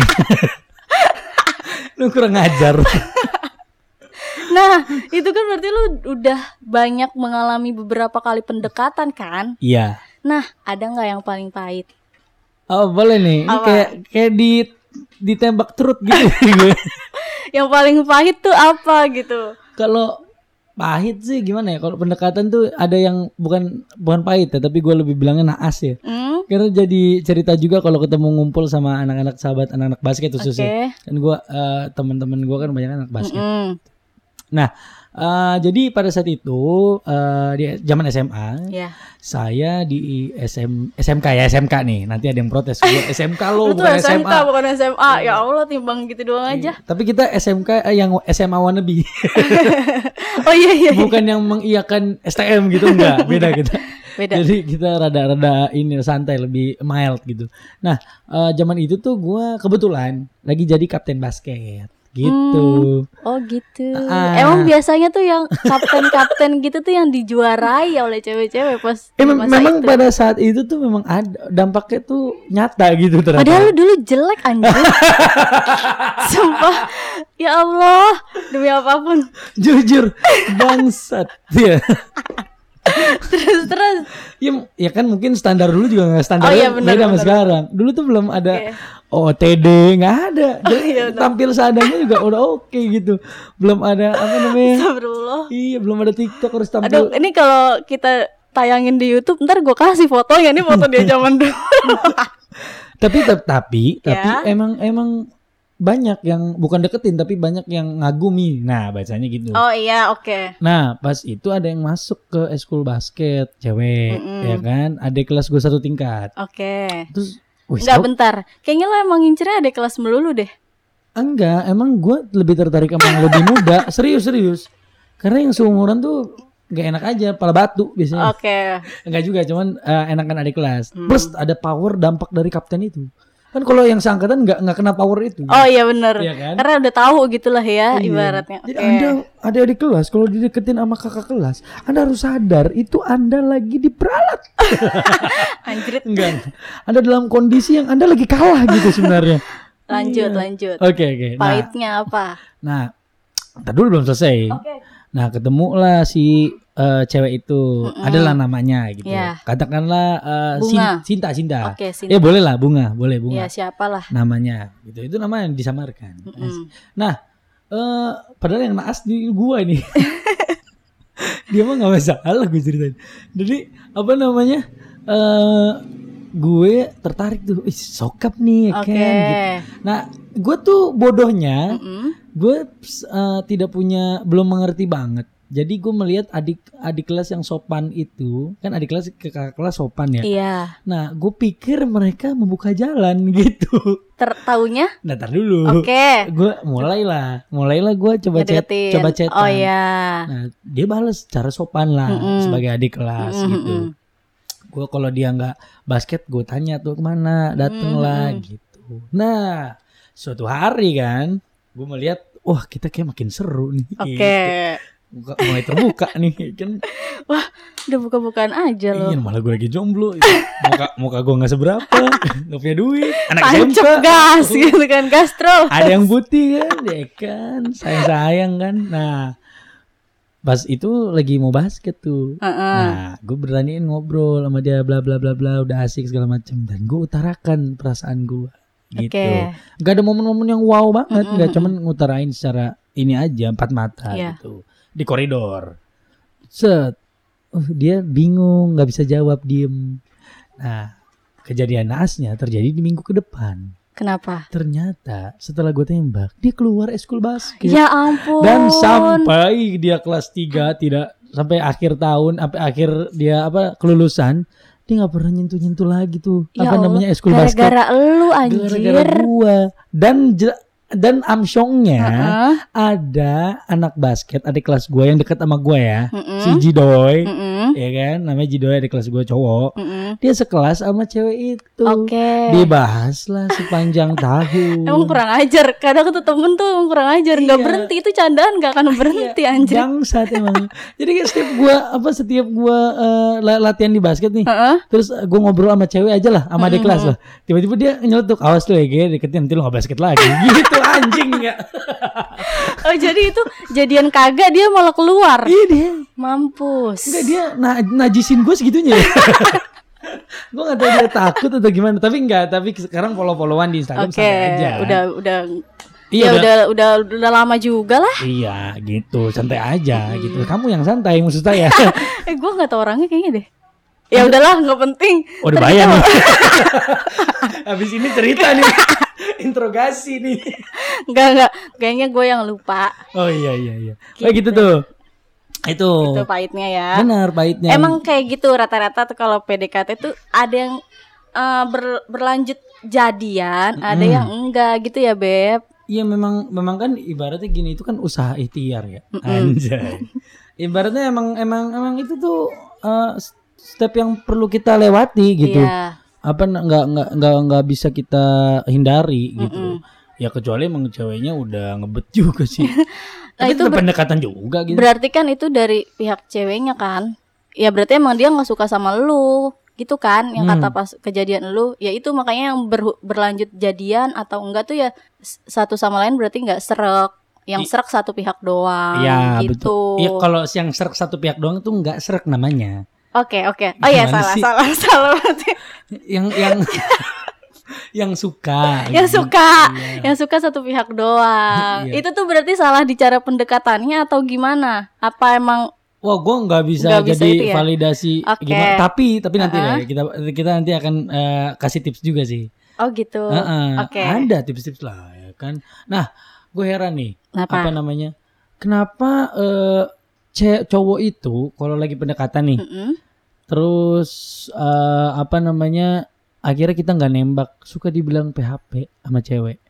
Lu kurang ngajar. Nah, itu kan berarti lu udah banyak mengalami beberapa kali pendekatan kan? Iya. Nah, ada nggak yang paling pahit? Oh boleh nih. Ini Apa? kayak kayak di ditembak terus gitu gue. Yang paling pahit tuh apa gitu? Kalau pahit sih gimana ya? Kalau pendekatan tuh ada yang bukan bukan pahit ya, tapi gue lebih bilangnya naas ya. Hmm? Karena jadi cerita juga kalau ketemu ngumpul sama anak-anak sahabat anak-anak basket khususnya. Oke. Kan gue uh, teman-teman gue kan banyak anak basket. Mm-mm. Nah, uh, jadi pada saat itu uh, di zaman S M A, Ya. saya di S M S M K ya S M K nih. Nanti ada yang protes gue S M K lo Lu tuh bukan S M K S M A. bukan S M A. Ya Allah, timbang gitu doang aja. Tapi kita S M K eh, yang S M A wannabe. Oh iya iya. Bukan yang mengiyakan S T M gitu enggak, beda kita. Beda. Jadi kita rada-rada ini santai, lebih mild gitu. Nah, eh, zaman itu tuh gue kebetulan lagi jadi kapten basket gitu. Oh gitu. Ah. Emang biasanya tuh yang kapten-kapten gitu tuh yang dijuarai oleh cewek-cewek pas Eh, di mem- masa memang itu. pada saat itu tuh memang ada dampaknya tuh nyata gitu ternyata. Padahal lu dulu jelek anjir. Sumpah. Ya Allah, demi apapun. Jujur bangsat. Iya. Terus terus. Ya, ya kan mungkin standar dulu juga nggak standar Oh, iya, benar, beda sama benar. sekarang. Dulu tuh belum ada Oke. O T D, nggak ada. Jadi iya, benar. tampil seadanya juga udah oke gitu. Belum ada apa namanya? Astagfirullah. Iya, belum ada TikTok harus tampil. Aduh, ini kalau kita tayangin di YouTube ntar gue kasih fotonya, ini foto dia zaman dulu. Tapi tep- tapi tapi Ya. emang emang banyak yang bukan deketin tapi banyak yang ngagumi. Nah, bacanya gitu. Oh iya, oke. Nah, pas itu ada yang masuk ke eskul basket, cewek, Mm-mm. ya kan? Adik kelas gue satu tingkat. Oke. Terus, wih, Enggak tau- bentar. Kayaknya lo emang ngincernya ada kelas melulu deh. enggak, emang gue lebih tertarik sama yang lebih muda, serius serius. Karena yang seumuran tuh nggak enak aja, pala batu biasanya. Oke. Enggak juga, cuman eh, enakan adik kelas. Hmm. Plus ada power dampak dari kapten itu. Kan kalau yang seangkatan nggak nggak kena power itu. Oh iya benar. Iya kan? Karena udah tahu gitulah ya Iya. ibaratnya. Jadi Oke. Anda ada di kelas kalau dideketin sama kakak kelas, Anda harus sadar itu Anda lagi diperalat. Anjrit. Enggak. Anda dalam kondisi yang Anda lagi kalah gitu sebenarnya. Lanjut Iya. lanjut. Oke oke. Nah, Pahitnya apa? nah, tadi dulu belum selesai. Oke. Nah, ketemulah si uh, cewek itu, Mm-mm. adalah namanya gitu. Iya. Katakanlah uh, Bunga. Sin- Sinta, Sinta. Oke, Sinta. Ya boleh lah Bunga, boleh Bunga. Ya siapalah. Namanya gitu. Itu nama yang disamarkan. Mm-mm. Nah, uh, padahal yang naas di gua ini. Dia mah nggak masalah gue ceritain. Jadi apa namanya? Uh, gue tertarik tuh, ih sokap nih ya Oke. kan gitu. Nah, gue tuh bodohnya, Mm-mm. gue uh, tidak punya, belum mengerti banget. Jadi gue melihat adik adik kelas yang sopan itu, kan adik kelas ke kakak kelas sopan ya. Iya. Nah, gue pikir mereka membuka jalan gitu. Tertaunya? Nah, tar dulu. Oke. Gue mulailah, mulailah gue coba chat, Ngedeketin. coba chatan. Oh iya. Nah, dia balas cara sopan lah Mm-mm. sebagai adik kelas Mm-mm. gitu. Gue kalau dia nggak basket, gue tanya tuh kemana, dateng lah gitu. Nah, suatu hari kan, gue melihat, wah kita kayak makin seru nih. Oke. Gitu. Muka, mulai terbuka nih kan. Wah, udah buka-bukaan aja loh. Iya, malah gue lagi jomblo. Muka muka gue nggak seberapa, nggak punya duit. Anak Tancap S M K. gas gitu kan, gastro. Ada yang putih kan, ya kan, sayang-sayang kan. Nah, pas itu lagi mau basket tuh. Uh-uh. Nah, gue beraniin ngobrol sama dia, bla bla bla bla, udah asik segala macem, dan gue utarakan perasaan gue gitu. Oke. Gak ada momen-momen yang wow banget, Mm-mm. gak cuman ngutarain secara ini aja, empat mata Iya. gitu di koridor. Set, uh, dia bingung, nggak bisa jawab, diem. Nah, kejadian naasnya terjadi di minggu ke depan. Kenapa? Ternyata setelah gue tembak, dia keluar eskul basket. Ya ampun. Dan sampai dia kelas tiga, tidak sampai akhir tahun, sampai akhir dia apa kelulusan, dia nggak pernah nyentuh-nyentuh lagi tuh Ya apa Allah, namanya eskul basket. gara-gara lu anjir. Gara-gara gua. Dan je- dan amsyongnya Uh-uh. ada anak basket adik kelas gua yang dekat sama gua ya, Mm-mm. si Jidoy, Mm-mm. ya kan, namanya Jidoy adik kelas gua cowok. Mm-mm. Dia sekelas sama cewek itu. Oke. Dibahas lah sepanjang tahun. Emang kurang ajar. Kadang tuh temen tuh emang kurang ajar. Nggak Iya. berhenti, itu candaan nggak akan berhenti anjir. Bangsat emang. Jadi kayak setiap gua apa setiap gua uh, la- latihan di basket nih, Heeh. terus uh, gua ngobrol sama cewek aja lah, sama adik kelas lah. Tiba-tiba dia nyeletuk, awas lu ya, Ge, deketin nanti lu nggak basket lagi. Gitu anjing ya. Oh jadi itu jadian kagak dia malah keluar. Iya dia. Mampus. Enggak, dia na- najisin gue segitunya ya. Gue gak tahu dia takut atau gimana. Tapi enggak, tapi sekarang follow-followan di Instagram Oke, santai aja. udah udah Iya, ya udah. udah udah udah lama juga lah. Iya gitu, santai aja gitu. Kamu yang santai maksud saya. Eh gue nggak tahu orangnya kayaknya deh. Ya udahlah nggak penting. Oh, udah bayar nih. Habis ini cerita nih. Interogasi nih. Nggak nggak. Kayaknya gue yang lupa. Oh iya iya iya. Kayak gitu tuh. Itu. Itu pahitnya ya. Benar pahitnya. Emang kayak gitu rata-rata tuh kalau P D K T tuh ada yang eh, ber- berlanjut jadian, ada yang enggak gitu ya Beb. Iya memang memang kan ibaratnya gini, itu kan usaha ikhtiar ya. Anjay. Ibaratnya emang emang emang itu tuh uh, step yang perlu kita lewati gitu. Iya. Apa nggak nggak nggak nggak bisa kita hindari gitu. Ya kecuali emang ceweknya udah ngebet juga sih. Nah, Tapi itu tetap ber- pendekatan juga gitu. Berarti kan itu dari pihak ceweknya kan. Ya berarti emang dia nggak suka sama lu gitu kan, yang Hmm. kata pas kejadian lu, ya itu makanya yang ber- berlanjut jadian atau enggak tuh ya s- satu sama lain berarti nggak serek, yang I- serek satu pihak doang Iya gitu. betul. Iya kalau yang serak satu pihak doang tuh nggak serak namanya. Oke oke. Oh ya Gimana salah, sih? salah salah berarti. Yang yang yang suka. Yang gitu. suka, Iya. yang suka satu pihak doang. Iya. Itu tuh berarti salah di cara pendekatannya atau gimana? Apa emang Wah, gue nggak bisa Nggak bisa jadi itu ya? validasi Oke. gimana. Tapi tapi nanti Uh-uh. deh kita kita nanti akan eh, kasih tips juga sih. oh gitu? Uh-uh. Oke. Ada tips-tips lah ya kan. Nah, gue heran nih. Kenapa? Apa namanya? Kenapa eh, ce- cowok itu kalau lagi pendekatan nih, Mm-mm. terus eh, apa namanya? Akhirnya kita nggak nembak, suka dibilang P H P sama cewek.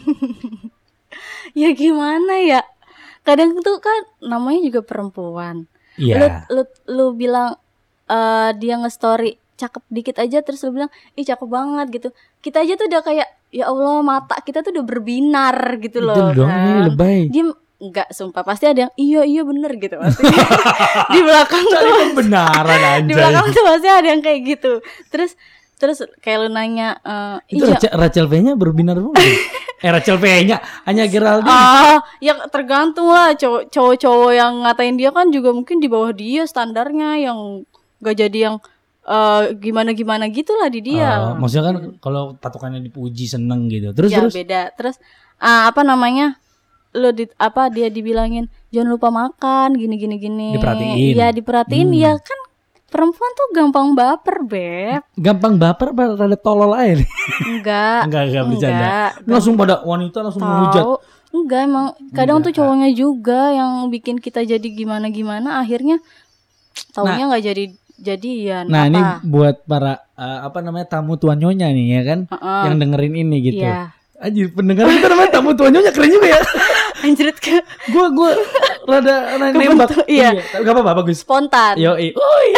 Ya gimana ya? Kadang tuh kan namanya juga perempuan. Iya. Lu, lu, lu bilang eh, dia nge-story cakep dikit aja terus lu bilang ih cakep banget gitu. Kita aja tuh udah kayak ya Allah mata kita tuh udah berbinar gitu loh. Itu dong, kan. ini lebay. Dia enggak sumpah pasti ada yang iya iya bener gitu pasti. Di belakang Cari tuh pembenaran di anjay. belakang tuh pasti ada yang kayak gitu. Terus terus kayak lu nanya uh, Itu iya Rachel, Rachel V-nya berbinar mulu. eh Rachel V-nya hanya Geraldine. ah ya tergantung lah cowok cowok-cowok yang ngatain dia kan juga mungkin di bawah dia standarnya yang gak jadi yang uh, gimana-gimana gitulah di dia. Oh, maksudnya kan kalau patokannya dipuji seneng gitu. Terus ya terus beda. Terus uh, apa namanya? Lo di apa dia dibilangin jangan lupa makan gini gini gini. Diperhatiin. Ya diperhatiin Hmm. ya kan perempuan tuh gampang baper, Beb. gampang baper apa rada tolol aja nih? Enggak. Enggak, enggak bercanda. Enggak. Langsung pada wanita langsung menghujat. Tahu. Enggak emang kadang Enggak. tuh cowoknya juga yang bikin kita jadi gimana-gimana akhirnya taunya nggak jadi jadian. Nah, apa? ini buat para uh, apa namanya tamu tuan nyonya nih ya kan, Uh-uh. yang dengerin ini gitu. Iya. Anjir, pendengar kita namanya tamu tuan nyonya keren juga ya. Anjrit ke Gua gua rada rada nembak. Kebentuk, iya. Enggak apa-apa, bagus. spontan. Yo, i. Oi.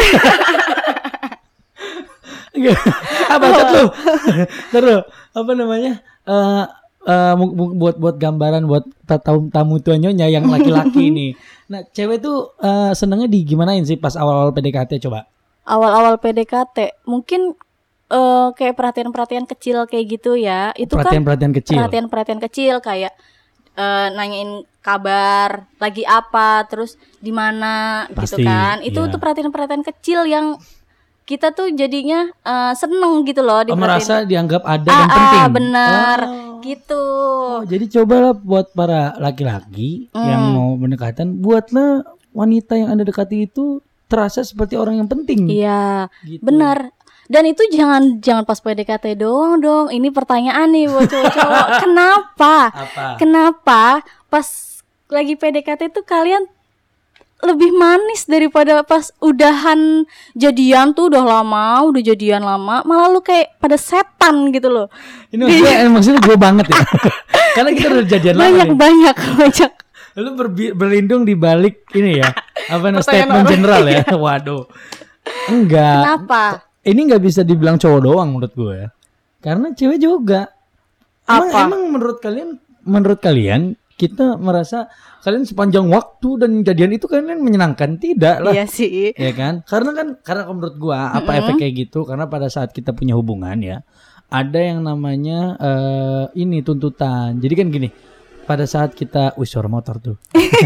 Apa cat lu? Terus apa namanya? Eh eh, mu- mu- buat buat gambaran buat ta- tamu tamu tuan nyonya yang laki-laki nih. Nah, cewek tuh eh, senengnya di gimanain sih pas awal-awal P D K T coba? Awal-awal P D K T mungkin eh, kayak perhatian-perhatian kecil kayak gitu ya. Itu kan Perhatian-perhatian kecil. perhatian-perhatian kecil kayak eh, nanyain kabar lagi apa, terus di mana Pasti, gitu kan. Itu iya. tuh perhatian-perhatian kecil yang kita tuh jadinya eh, seneng gitu loh Oh, diperhatiin. merasa dianggap ada Ah, dan penting. ah, benar. Oh. Gitu. Oh, jadi cobalah buat para laki-laki Hmm. yang mau pendekatan, buatlah wanita yang Anda dekati itu terasa seperti orang yang penting. Iya, Gitu. benar. Dan itu jangan jangan pas P D K T doang dong. Ini pertanyaan nih buat cowok-cowok. Kenapa? Apa? Kenapa pas lagi P D K T tuh kalian lebih manis daripada pas udahan jadian tuh udah lama, udah jadian lama, malah lu kayak pada setan gitu loh. Ini maksudnya, eh, maksudnya gue banget ya. Karena kita udah jadian lama Banyak nih. banyak banyak. Lu berbi- berlindung di balik ini ya. Apa namanya, Pertanyaan statement orang. general ya. Waduh. Enggak. Kenapa? Ini nggak bisa dibilang cowok doang menurut gue ya. Karena cewek juga. Emang, Apa? emang menurut kalian menurut kalian kita merasa kalian sepanjang waktu dan jadian itu kalian menyenangkan? Tidak lah. Iya sih. Ya kan? Karena kan karena kalau menurut gua apa Mm-mm. efek kayak gitu? Karena pada saat kita punya hubungan ya, ada yang namanya eh, ini tuntutan. Jadi kan gini, pada saat kita wih suara motor tuh.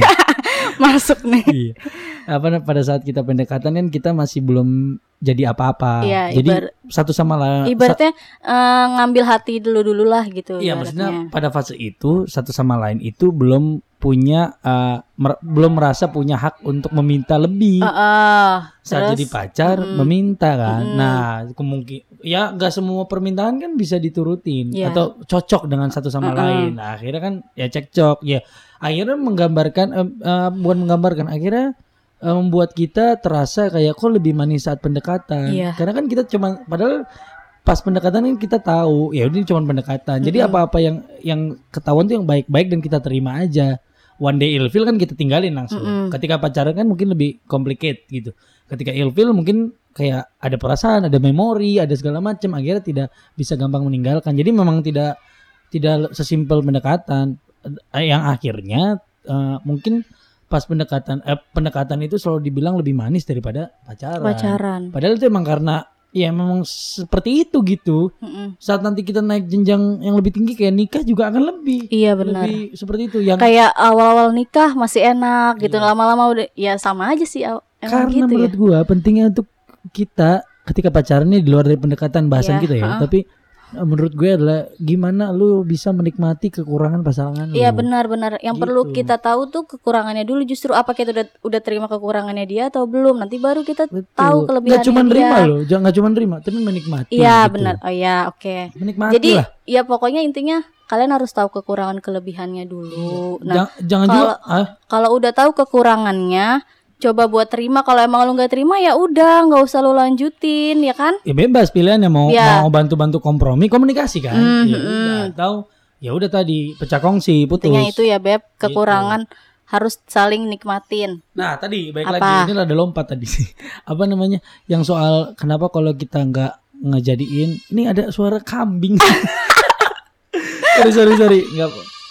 Masuk nih. Iya. Apa pada saat kita pendekatan kan kita masih belum jadi apa-apa. Iya, Jadi ibar- satu sama lain Ibaratnya eh, ngambil hati dulu-dulu lah gitu. Iya, ibaratnya. maksudnya pada fase itu satu sama lain itu belum punya eh, mer- belum merasa punya hak untuk meminta lebih. Heeh. Saat Terus, jadi pacar mm-mm. meminta kan. Mm-mm. Nah, kemungkin ya nggak semua permintaan kan bisa diturutin Iya. atau cocok dengan satu sama Mm-mm. lain. Nah, akhirnya kan ya cekcok. Ya, akhirnya menggambarkan eh, eh, bukan menggambarkan, akhirnya eh, membuat kita terasa kayak kok lebih manis saat pendekatan. Iya. Karena kan kita cuma padahal pas pendekatan kan kita tahu ya ini cuma pendekatan. Jadi Mm-mm. apa-apa yang yang ketahuan tuh yang baik-baik dan kita terima aja. One day ilfeel kan kita tinggalin langsung. Mm-mm. Ketika pacaran kan mungkin lebih complicated gitu. Ketika ilfeel mungkin kayak ada perasaan, ada memori, ada segala macam, akhirnya tidak bisa gampang meninggalkan. Jadi memang tidak tidak sesimpel pendekatan. Eh, yang akhirnya eh, mungkin pas pendekatan eh, pendekatan itu selalu dibilang lebih manis daripada pacaran. pacaran. Padahal itu emang karena ya memang seperti itu gitu. Mm-mm. Saat nanti kita naik jenjang yang lebih tinggi kayak nikah juga akan lebih. Iya benar. Lebih seperti itu yang Kayak awal-awal nikah masih enak gitu, Iya. lama-lama udah ya sama aja sih aw- emang karena gitu ya. menurut gua pentingnya untuk kita ketika pacaran ini di luar dari pendekatan bahasan Iya, kita ya, ha. tapi eh, menurut gue adalah gimana lu bisa menikmati kekurangan pasangan lu. Iya benar-benar. Gitu. Yang perlu kita tahu tuh kekurangannya dulu. Justru apa kita udah udah terima kekurangannya dia atau belum? Nanti baru kita Betul. tahu kelebihannya Nggak cuma dia. nerima loh, jangan nggak cuma nerima, tapi menikmati. Iya gitu. benar. Oh iya, oke. Menikmati Jadi lah. ya pokoknya intinya kalian harus tahu kekurangan kelebihannya dulu. Nah, jangan jangan juga kalau- ah, kalau udah tahu kekurangannya, coba buat terima. Kalau emang lu nggak terima ya udah, nggak usah lu lanjutin, ya kan? ya bebas pilihannya mau Iya. mau bantu-bantu kompromi, komunikasi kan. Mm, Ya mm. udah, atau ya udah tadi pecah kongsi, putus. Intinya itu ya Beb, kekurangan harus saling nikmatin. Nah tadi baik Apa? lagi ini ada lompat tadi sih. Apa namanya? Yang soal kenapa kalau kita nggak ngejadiin, ini ada suara kambing. sorry sorry sorry nggak.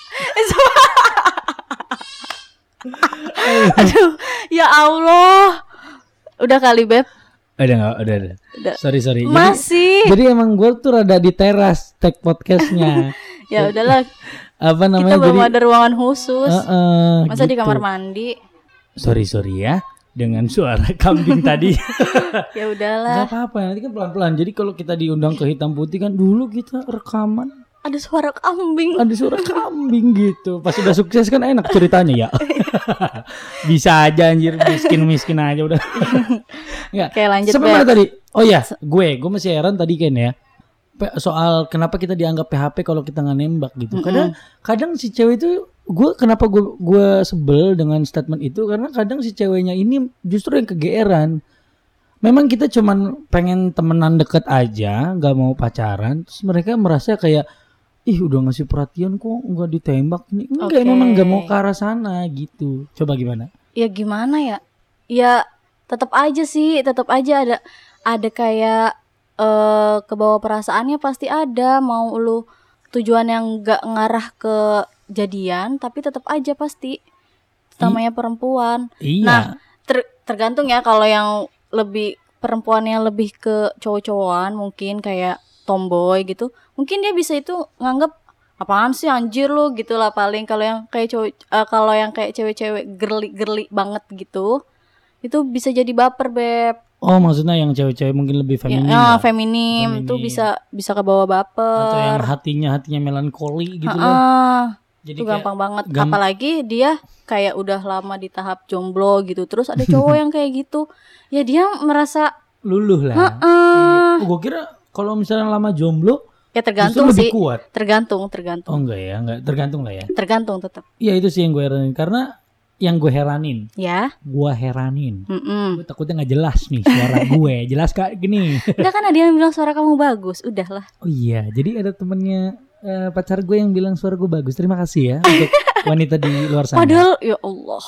Aduh, ya Allah. Udah kali Beb. Udah nggak, udah, udah. Udah. Sorry sorry. Masih. Jadi, jadi emang gue tuh rada di teras take podcastnya. Ya udahlah. Apa namanya? Kita belum jadi, ada ruangan khusus. Uh, uh, Masa gitu. di kamar mandi? Sorry sorry ya, dengan suara kambing tadi. Ya udahlah. Gak apa-apa, nanti kan pelan-pelan. Jadi kalau kita diundang ke Hitam Putih kan dulu kita rekaman. Ada suara kambing. Ada suara kambing gitu. Pas udah sukses kan enak ceritanya ya. Bisa aja anjir, miskin-miskin aja udah. Enggak. Oke, lanjut Sampai Beb. mana tadi? Oh ya, gue, gue masih heran tadi kan ya. Soal kenapa kita dianggap P H P kalau kita nggak nembak gitu. Kadang kadang si cewek itu, gue kenapa gue gue sebel dengan statement itu karena kadang si ceweknya ini justru yang kegeeran. Memang kita cuman pengen temenan deket aja, nggak mau pacaran. Terus mereka merasa kayak ih udah ngasih perhatian kok nggak ditembak ini. Enggak, Oke. memang nggak mau ke arah sana gitu. Coba gimana? Ya gimana ya? Ya tetap aja sih, tetap aja ada ada kayak eh ke bawah perasaannya pasti ada. Mau lu tujuan yang nggak ngarah ke jadian, tapi tetap aja pasti namanya perempuan. Iya. Nah, ter- tergantung ya kalau yang lebih perempuannya lebih ke cowok-cowokan mungkin kayak tomboy gitu. Mungkin dia bisa itu nganggep apaan sih anjir lu gitu lah paling. Kalau yang kayak cowok uh, kalau yang kayak cewek-cewek girly-girly banget gitu, itu bisa jadi baper, Beb. Oh, maksudnya yang cewek-cewek mungkin lebih feminim. Ya, ya? feminim itu bisa bisa ke bawah baper. Atau yang hatinya hatinya melankoli gitu loh. Heeh. Jadi Itu kayak gampang banget. gam- Apalagi dia kayak udah lama di tahap jomblo gitu. Terus ada cowok yang kayak gitu. Ya dia merasa luluh lah. Heeh. Iya. Oh, gue kira kalau misalnya lama jomblo ya justru tergantung lebih sih. kuat. Tergantung, Oh tergantung. enggak ya, enggak tergantung lah ya. Tergantung tetap. Iya itu sih yang gue heranin karena yang gue heranin, Ya. gue heranin. Mm-mm. Gue takutnya nggak jelas nih suara gue. Jelas kak gini. Udah kan ada yang bilang suara kamu bagus. Udahlah. Oh iya, jadi ada temennya eh, pacar gue yang bilang suara gue bagus. Terima kasih ya untuk wanita di luar sana. Padahal ya Allah.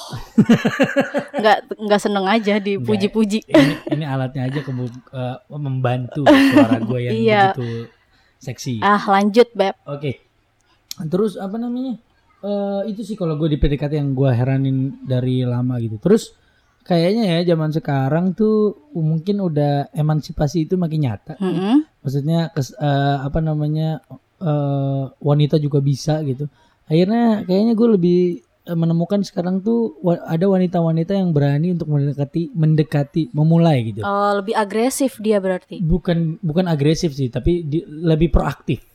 Nggak nggak seneng aja dipuji-puji. ini, ini alatnya aja kemu, eh, membantu suara gue yang Iya. begitu seksi. Ah, lanjut, Beb. Oke. Terus apa namanya? Eh itu sih kalau gue di P D K T yang gue heranin dari lama gitu. Terus kayaknya ya zaman sekarang tuh mungkin udah emansipasi itu makin nyata. Mm-mm. Maksudnya kes, eh, apa namanya eh, wanita juga bisa gitu. Akhirnya kayaknya gue lebih eh, menemukan sekarang tuh wa- ada wanita-wanita yang berani untuk mendekati, mendekati, memulai gitu. Oh, lebih agresif dia berarti. Bukan bukan agresif sih, tapi di, lebih proaktif.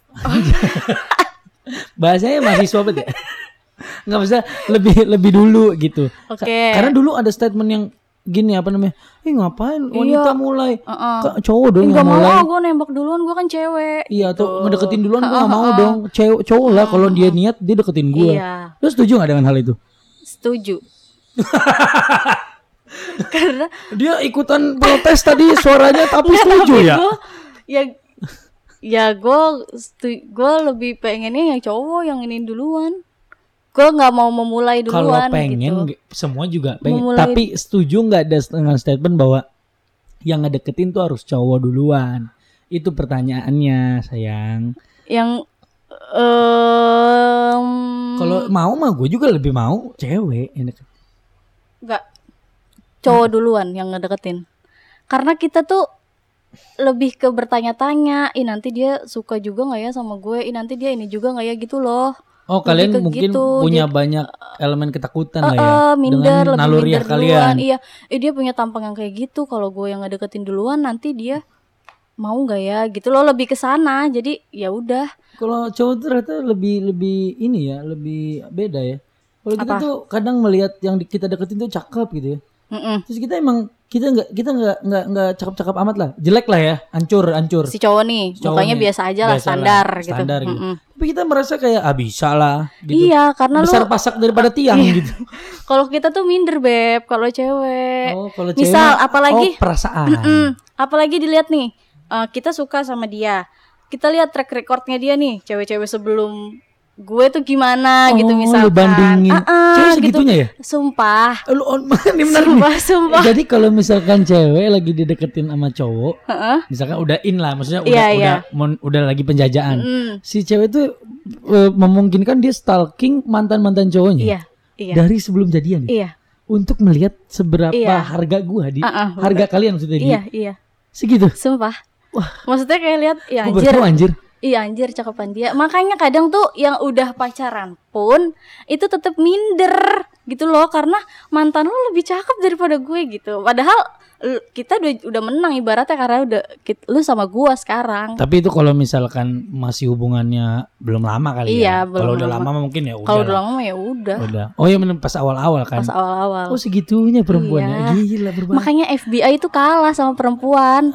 Bahasanya mahasiswa banget ya. Nggak bisa lebih lebih dulu gitu. Oke. Ka- Karena dulu ada statement yang gini apa namanya? Eh ngapain wanita Iya. mulai? Heeh. Ka- Cowok dong Enggak yang mulai. mau, gue nembak duluan, gue kan cewek. Iya, gitu. atau ngedeketin duluan gue gak mau dong. Cewek cowok lah kalau dia niat dia deketin gue. Iya, Lu setuju gak dengan hal itu? setuju. Karena Dia ikutan protes tadi suaranya tapi setuju tapi ya. gua, ya ya gue gue lebih pengennya yang cowok yang ini duluan. Gue nggak mau memulai Kalau duluan pengen gitu. g- semua juga pengen. Memulai- Tapi setuju nggak ada dengan statement bahwa yang ngedeketin tuh harus cowok duluan? Itu pertanyaannya sayang. Yang em Kalau mau mah gue juga lebih mau cewek yang deket. nggak cowok duluan yang ngedeketin. Karena kita tuh lebih ke bertanya-tanya, ih nanti dia suka juga nggak ya sama gue, ih nanti dia ini juga nggak ya gitu loh. Oh Lebih kalian ke mungkin gitu, punya jadi- banyak elemen ketakutan lah Eh, ya eh, minder, dengan lebih naluriah minder kalian. duluan. Iya, eh dia punya tampang yang kayak gitu. Kalau gue yang ngedeketin duluan, nanti dia mau nggak ya? Gitu loh, lebih ke sana. Jadi ya udah. Kalau cowok tuh ternyata lebih lebih ini ya, lebih beda ya. Kalau kita Apa? tuh kadang melihat yang di- kita deketin tuh cakep gitu ya. Mm-mm. Terus kita emang kita nggak kita nggak nggak nggak cakep-cakep amat lah, jelek lah ya, hancur hancur. Si cowok nih, Si cowok mukanya nih, biasa aja lah, biasa lah, standar, gitu. standar gitu. Mm-mm. Tapi kita merasa kayak ah bisa lah. Gitu. Iya, karena Besar lu pasak daripada tiang gitu. kalau kita tuh minder beb, kalau cewek. Oh kalau cewek, Misal, apalagi- oh perasaan. Mm-mm. Apalagi dilihat nih, eh, kita suka sama dia. Kita lihat track recordnya dia nih, cewek-cewek sebelum gue tuh gimana gitu Oh, misalkan. lu bandingin. Ah-ah, Cewek gitu. segitunya ya? Sumpah. Lu on ini benar nih. Sumpah, sumpah. Jadi kalau misalkan cewek lagi dideketin sama cowok, Heeh. misalkan udah in lah, maksudnya udah Iya, udah iya. mon- udah lagi penjajahan. Mm. Si cewek itu eh, memungkinkan dia stalking mantan-mantan cowoknya Iya, iya. dari sebelum jadian ya? Iya. Untuk melihat seberapa Iya. harga gua di Ah, ah, harga kalian maksudnya Iya, di iya. segitu. Sumpah. Wah. Maksudnya kayak lihat ya Gua baru anjir. tahu, anjir. Iya anjir cakepan dia. Makanya kadang tuh yang udah pacaran pun itu tetap minder gitu loh, karena mantan lu lebih cakep daripada gue gitu. Padahal l- kita udah udah menang ibaratnya karena udah kit- lu sama gua sekarang. Tapi itu kalau misalkan masih hubungannya belum lama kali Iya, ya. belum Kalau udah lama. lama mungkin ya udah. Kalau udah lah. lama ya udah. Udah. Oh ya bener, pas awal-awal kan. Pas awal-awal. Oh segitunya perempuannya. Iya. Gila berbahaya. Makanya F B I itu kalah sama perempuan.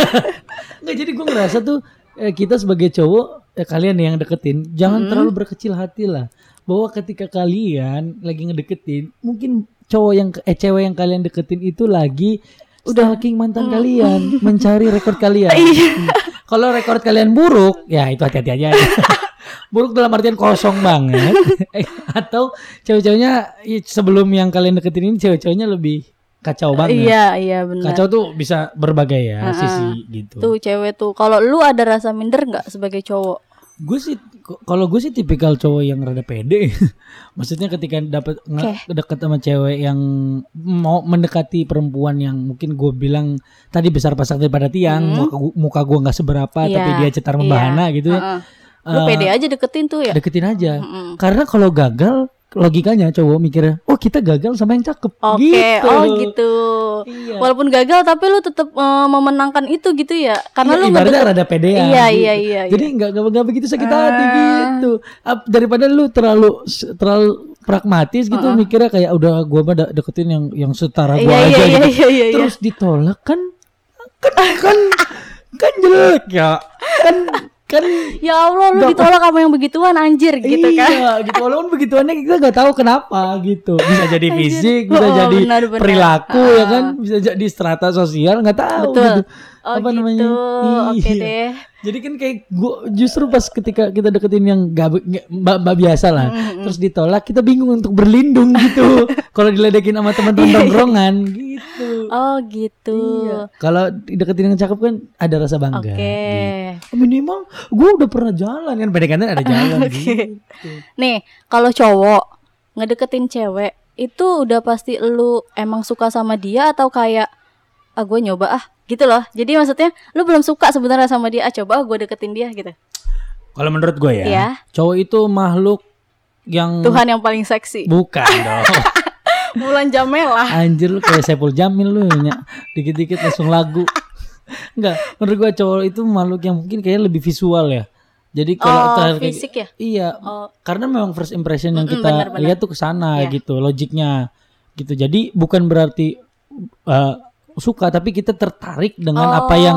Nggak, jadi gue ngerasa tuh eh, kita sebagai cowok, eh, kalian yang deketin, jangan Mm-hmm. terlalu berkecil hati lah. Bahwa ketika kalian lagi ngedeketin, mungkin cowok yang eh cewek yang kalian deketin itu lagi stalking mantan kalian, mencari rekor kalian. Hmm. Kalau rekor kalian buruk, ya itu hati-hati aja. Buruk dalam artian kosong banget. Eh, Atau cewek-ceweknya i- sebelum yang kalian deketin ini cewek-ceweknya lebih kacau banget. Iya, iya benar. Kacau tuh bisa berbagai ya Ha-ha. sisi gitu. Tuh cewek tuh. Kalau lu ada rasa minder nggak sebagai cowok? Gue sih k- kalau gue sih tipikal cowok yang rada pede. Maksudnya ketika dapat nge- deket sama cewek yang mau mendekati perempuan yang mungkin gue bilang tadi besar pasak daripada tiang, Hmm. muka gu- muka gue nggak seberapa Iya, tapi dia cetar iya. membahana gitu ya. Heeh. Lu Eh, pede aja deketin tuh ya. Deketin aja. Mm-mm. Karena kalau gagal logikanya cowok mikirnya, oh kita gagal sama yang cakep. Oke, Gitu. oh gitu. Iya. Walaupun gagal tapi lu tetap eh, memenangkan itu gitu ya. Karena Iya, lu ibaratnya ngedeket- rada pedean. Iya, gitu. iya, iya, Jadi nggak nggak begitu sakit hati Ah. gitu. Ap- daripada lu terlalu terlalu pragmatis gitu Uh-uh. mikirnya kayak udah gua mah de- deketin yang yang setara gua Iya, aja iya, gitu. iya, iya, iya. Terus ditolak kan kan kan kan jelek ya. Kan kan Ya Allah, lu Nggak- ditolak sama yang begituan anjir gitu kan. iya gitu, walaupun begituannya kita nggak tahu kenapa gitu, bisa jadi Anjir. fisik, bisa Oh, jadi benar, benar. perilaku Ah. ya kan, bisa jadi strata sosial nggak tahu Betul. gitu. Oh Apa gitu. namanya? Oke Iya. deh. Jadi kan kayak gua justru pas ketika kita deketin yang gak, gak mbak, mbak biasa lah, Mm-mm. terus ditolak kita bingung untuk berlindung gitu. Kalau diledekin sama teman-teman tongkrongan gitu. Oh gitu. Iya. Kalau deketin yang cakep kan ada rasa bangga. Oke. Gitu. Minimal gue udah pernah jalan kan, P D K T ada jalan Oke. gitu. Nih, kalau cowok ngedeketin cewek itu udah pasti lu emang suka sama dia atau kayak ah gue nyoba ah gitu loh. Jadi maksudnya lu belum suka sebenarnya sama dia, ah coba ah gue deketin dia gitu. Kalau menurut gue ya, Iya. cowok itu makhluk yang Tuhan yang paling seksi. bukan dong. Mulan Jamela. Anjir lu kayak Saipul Jamil lu ya. Dikit-dikit langsung lagu. Enggak, menurut gua cowok itu makhluk yang mungkin kayaknya lebih visual ya. Jadi kalau Oh, terakhir kayak- fisik ya? Iya. Oh. Karena memang first impression yang Mm-mm, kita benar-benar. lihat tuh ke sana Iya. gitu, logiknya. Gitu. Jadi bukan berarti uh, suka tapi kita tertarik dengan apa yang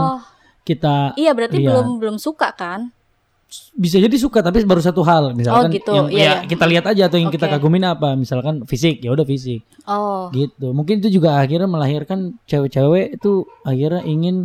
kita Iya, berarti lihat. belum belum suka kan? Bisa jadi suka tapi baru satu hal misalkan Oh, gitu. yang Iya, ya iya. kita lihat aja atau yang kita Oke. kagumin apa, misalkan fisik, ya udah fisik. Oh. Gitu. Mungkin itu juga akhirnya melahirkan cewek-cewek itu akhirnya ingin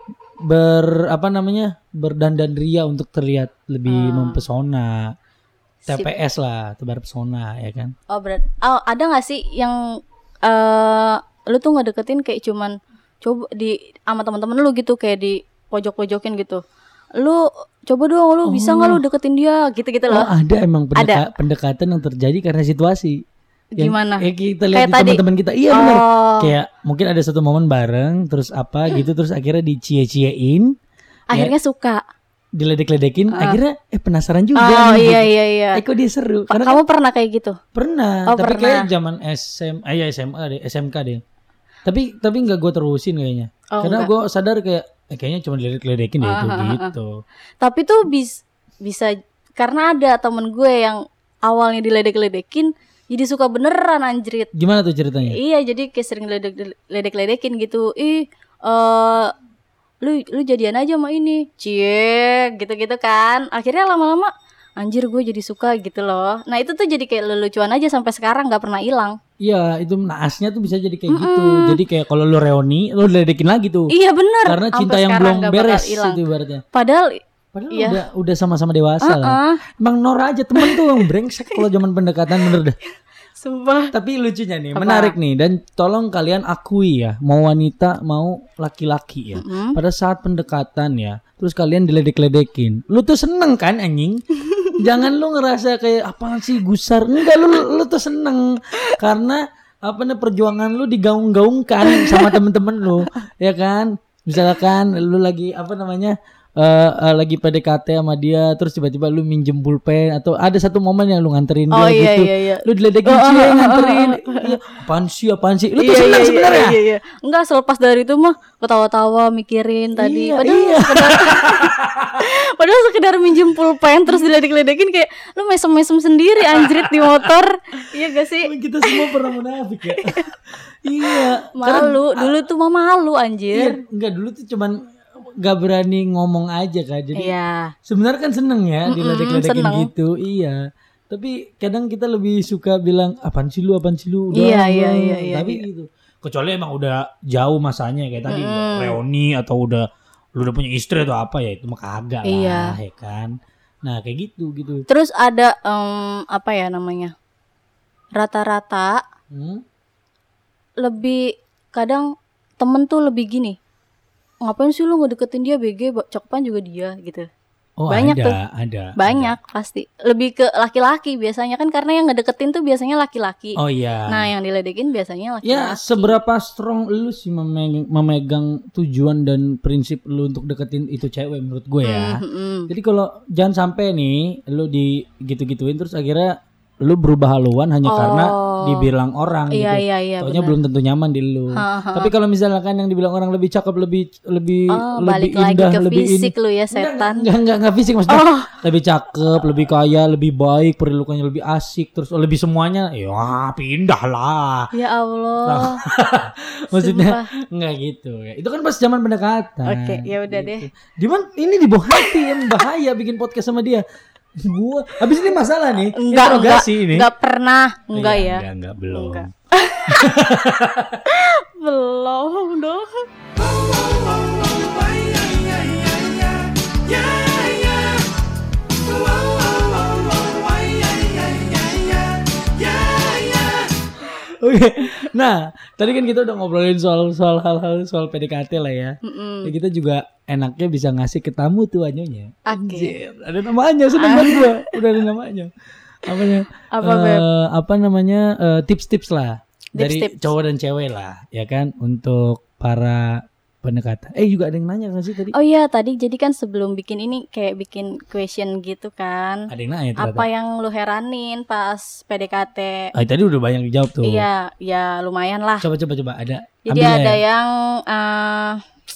ber apa namanya berdandan ria untuk terlihat lebih Hmm. mempesona. Sip. T P S lah, tebar pesona ya kan. Oh, berat. Oh, ada nggak sih yang eh lu tuh ngedeketin kayak cuman coba di sama teman-teman lu gitu kayak di pojok-pojokin gitu. Lu coba dong lu bisa nggak lu deketin dia gitu-gitu Oh loh. ada emang pendeka- Ada. pendekatan yang terjadi karena situasi. Yang- Gimana? Ya kita lihat Kayak di tadi? teman-teman kita. Iya benar. Oh. Kayak mungkin ada satu momen bareng terus apa gitu terus akhirnya dicie-ciein, Akhirnya suka. diledek-ledekin, Ah. akhirnya eh penasaran juga Oh nih, iya gitu. iya iya. Eh kok dia seru? Pa- Karena Kamu pernah kayak gitu? pernah, Oh, tapi pernah. kayak zaman S M A, eh, ya S M A deh, S M K deh. Tapi tapi nggak gue terusin kayaknya, Oh, karena enggak. gue sadar kayak eh, kayaknya cuma diledek-ledekin deh itu Ah, ah, ah, gitu. Tapi tuh bis, bisa karena ada temen gue yang awalnya diledek-ledekin jadi suka beneran anjrit. Gimana tuh ceritanya? Iya, jadi kayak sering ledek- ledek-ledekin gitu. Ih, eh lu lu jadian aja sama ini. Cie, gitu-gitu kan. Akhirnya lama-lama anjir gue jadi suka gitu loh. Nah, itu tuh jadi kayak lelucuan aja sampai sekarang nggak pernah hilang. Iya, itu naasnya tuh bisa jadi kayak gitu. Jadi kayak kalau lu reuni, lu ledekin lagi tuh. Iya bener. Karena Sampai cinta yang sekarang belum nggak bakal beres hilang. itu ibaratnya. Padahal Padahal Iya. udah udah sama-sama dewasa lah. Uh-uh. Emang Nora aja temen tuh yang brengsek kalau zaman pendekatan bener dah. Sumpah. Tapi lucunya nih, Apa? menarik nih, dan tolong kalian akui ya, mau wanita mau laki-laki ya. Mm-mm. Pada saat pendekatan ya, terus kalian diledek-ledekin, lu tuh seneng kan anjing? Jangan lu ngerasa kayak apaan sih gusar. Enggak, lu lu tuh seneng karena apa nih perjuangan lu digaung-gaungkan sama temen-temen lu, ya kan? Misalkan lu lagi apa namanya? Uh, uh, lagi P D K T sama dia, terus tiba-tiba lu minjem pulpen atau ada satu momen yang lu nganterin dia Oh iya gitu, iya iya. lu diledekin Oh, cie oh, oh, nganterin, oh, oh. iya, apaan sih apaan sih, lu tuh Iya, seneng iya, sebenarnya. Iya, iya, iya. Enggak, selepas dari itu mah ketawa-tawa mikirin tadi. Iya, Padahal iya. sekedar Padahal sekedar minjem pulpen terus diledek-ledekin kayak lu mesem-mesem sendiri anjrit di motor. Iya gak sih? Kita semua pernah munafik ya. Iya. Malu, Karena- dulu tuh mah malu Iya, anjir. enggak dulu tuh cuman gak berani ngomong aja kan. Jadi Iya. sebenarnya kan seneng ya Mm-mm, diledek-ledekin seneng. gitu. Iya. Tapi kadang kita lebih suka bilang apaan sih lu, apaan sih lu. Udah, Iya, udah. iya, iya, iya, Tapi iya. gitu. Kecuali emang udah jauh masanya kayak tadi Mm. reuni atau udah lu udah punya istri atau apa ya itu mah kagak Iya. lah ya kan. Nah, kayak gitu gitu. Terus ada em, apa ya namanya? Rata-rata Hmm? lebih kadang temen tuh lebih gini. Ngapain sih lu ngedeketin dia B G, ba- cakepan juga dia gitu. Oh, Banyak ada, tuh. ada. Banyak pasti. Lebih ke laki-laki biasanya kan karena yang ngedeketin tuh biasanya laki-laki. Oh iya. Nah, yang diledekin biasanya laki-laki. Ya, seberapa strong lu sih memegang, memegang tujuan dan prinsip lu untuk deketin itu cewek menurut gue ya. Mm-mm. Jadi kalau jangan sampai nih lu di gitu-gituin terus akhirnya lu berubah haluan hanya Oh. karena dibilang orang Iya, gitu. iya, iya. Taunya benar. belum tentu nyaman di lu. Ha, ha. Tapi kalau misalkan yang dibilang orang lebih cakep, lebih lebih Oh, lebih balik lagi indah, ke lebih fisik ini. lu ya Enggak, setan. enggak, enggak, enggak fisik maksudnya. Oh. Lebih cakep, lebih kaya, lebih baik, perilakunya lebih asik, terus lebih semuanya. Ya, pindah lah. Ya Allah. Maksudnya Sumpah. enggak gitu ya. Itu kan pas zaman pendekatan. Oke, ya udah deh. Diman ini di bawah hati yang bahaya bikin podcast sama dia. Gua habis ini masalah nih. Enggak, enggak, interogasi ini. enggak pernah, enggak Iya, ya. Enggak, enggak, belum. Enggak. Belum dong. Oke. Nah, tadi kan kita udah ngobrolin soal soal hal-hal soal P D K T lah ya. Mm-mm. Ya kita juga enaknya bisa ngasih ke tamu tuh anyonya. Oke. Anjir, ada namanya, seneng banget gua. Udah ada namanya. Apanya? Apa, Eh, Beb? apa namanya? eh, tips-tips lah dari Tips-tips. cowok dan cewek lah, ya kan, untuk para pendekatan. Eh juga ada yang nanya nggak sih tadi? Oh iya, tadi jadi kan sebelum bikin ini kayak bikin question gitu kan. Ada yang nanya ternyata. Apa yang lu heranin pas P D K T? Ah, tadi udah banyak dijawab tuh. Iya, ya lumayan lah. Coba coba coba ada. Jadi ambil ada ya. yang eh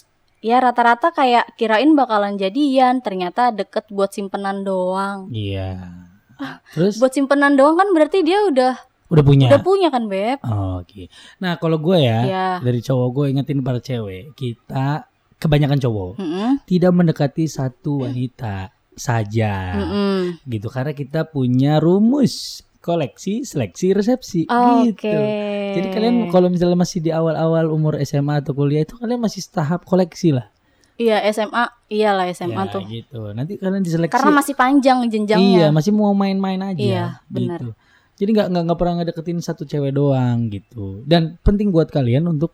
ya rata-rata kayak kirain bakalan jadian, ternyata deket buat simpenan doang. Iya. Terus Buat simpenan doang kan berarti dia udah udah punya. udah punya kan, Beb? Oh, oke. Nah, kalau gue ya, Iya. dari cowok gue ingetin para cewek, kita kebanyakan cowok Mm-mm. tidak mendekati satu wanita saja. Mm-mm. Gitu, karena kita punya rumus koleksi, seleksi, resepsi Oke. gitu. Jadi kalian kalau misalnya masih di awal-awal umur S M A atau kuliah itu kalian masih tahap koleksi lah. Iya, S M A, iyalah S M A Ya, tuh. gitu. Nanti kalian diseleksi. Karena masih panjang Iya, jenjangnya. masih mau main-main aja. Iya, benar. Gitu. Jadi nggak nggak nggak pernah ngedeketin satu cewek doang gitu. Dan penting buat kalian untuk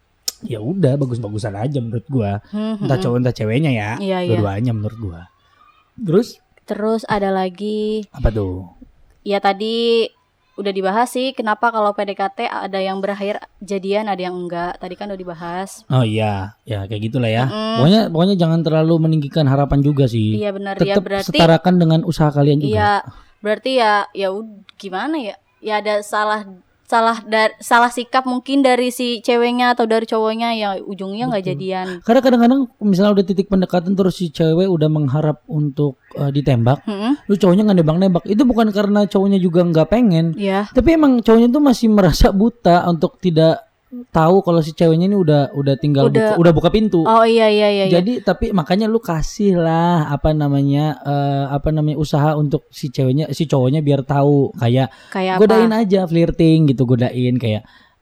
ya udah bagus-bagusan aja menurut gua. Hmm, hmm, Entah hmm. cowok entah ceweknya ya. Iya, iya. Dua-duanya menurut gua. Terus Terus ada lagi, apa tuh? ya tadi udah dibahas sih kenapa kalau P D K T ada yang berakhir jadian, ada yang enggak. Tadi kan udah dibahas. Oh iya, ya kayak gitulah ya. Mm-mm. Pokoknya pokoknya jangan terlalu meninggikan harapan juga sih. Iya benar ya, Tetap berarti setarakan dengan usaha kalian juga. iya berarti ya ya ud- gimana ya? Ya ada salah salah dar, salah sikap mungkin dari si ceweknya atau dari cowoknya yang ujungnya nggak Betul. jadian. Karena kadang-kadang misalnya udah titik pendekatan terus si cewek udah mengharap untuk eh, ditembak, Hmm, lu cowoknya nggak nembak-nembak. Itu bukan karena cowoknya juga nggak pengen, ya. tapi emang cowoknya tuh masih merasa buta untuk tidak tahu kalau si ceweknya ini udah udah tinggal Udah- buka, udah buka pintu. Oh iya iya iya. iya. Jadi tapi makanya lu kasih lah apa namanya eh, apa namanya usaha untuk si ceweknya si cowoknya biar tahu kayak Kayak godain apa? aja, flirting gitu, godain kayak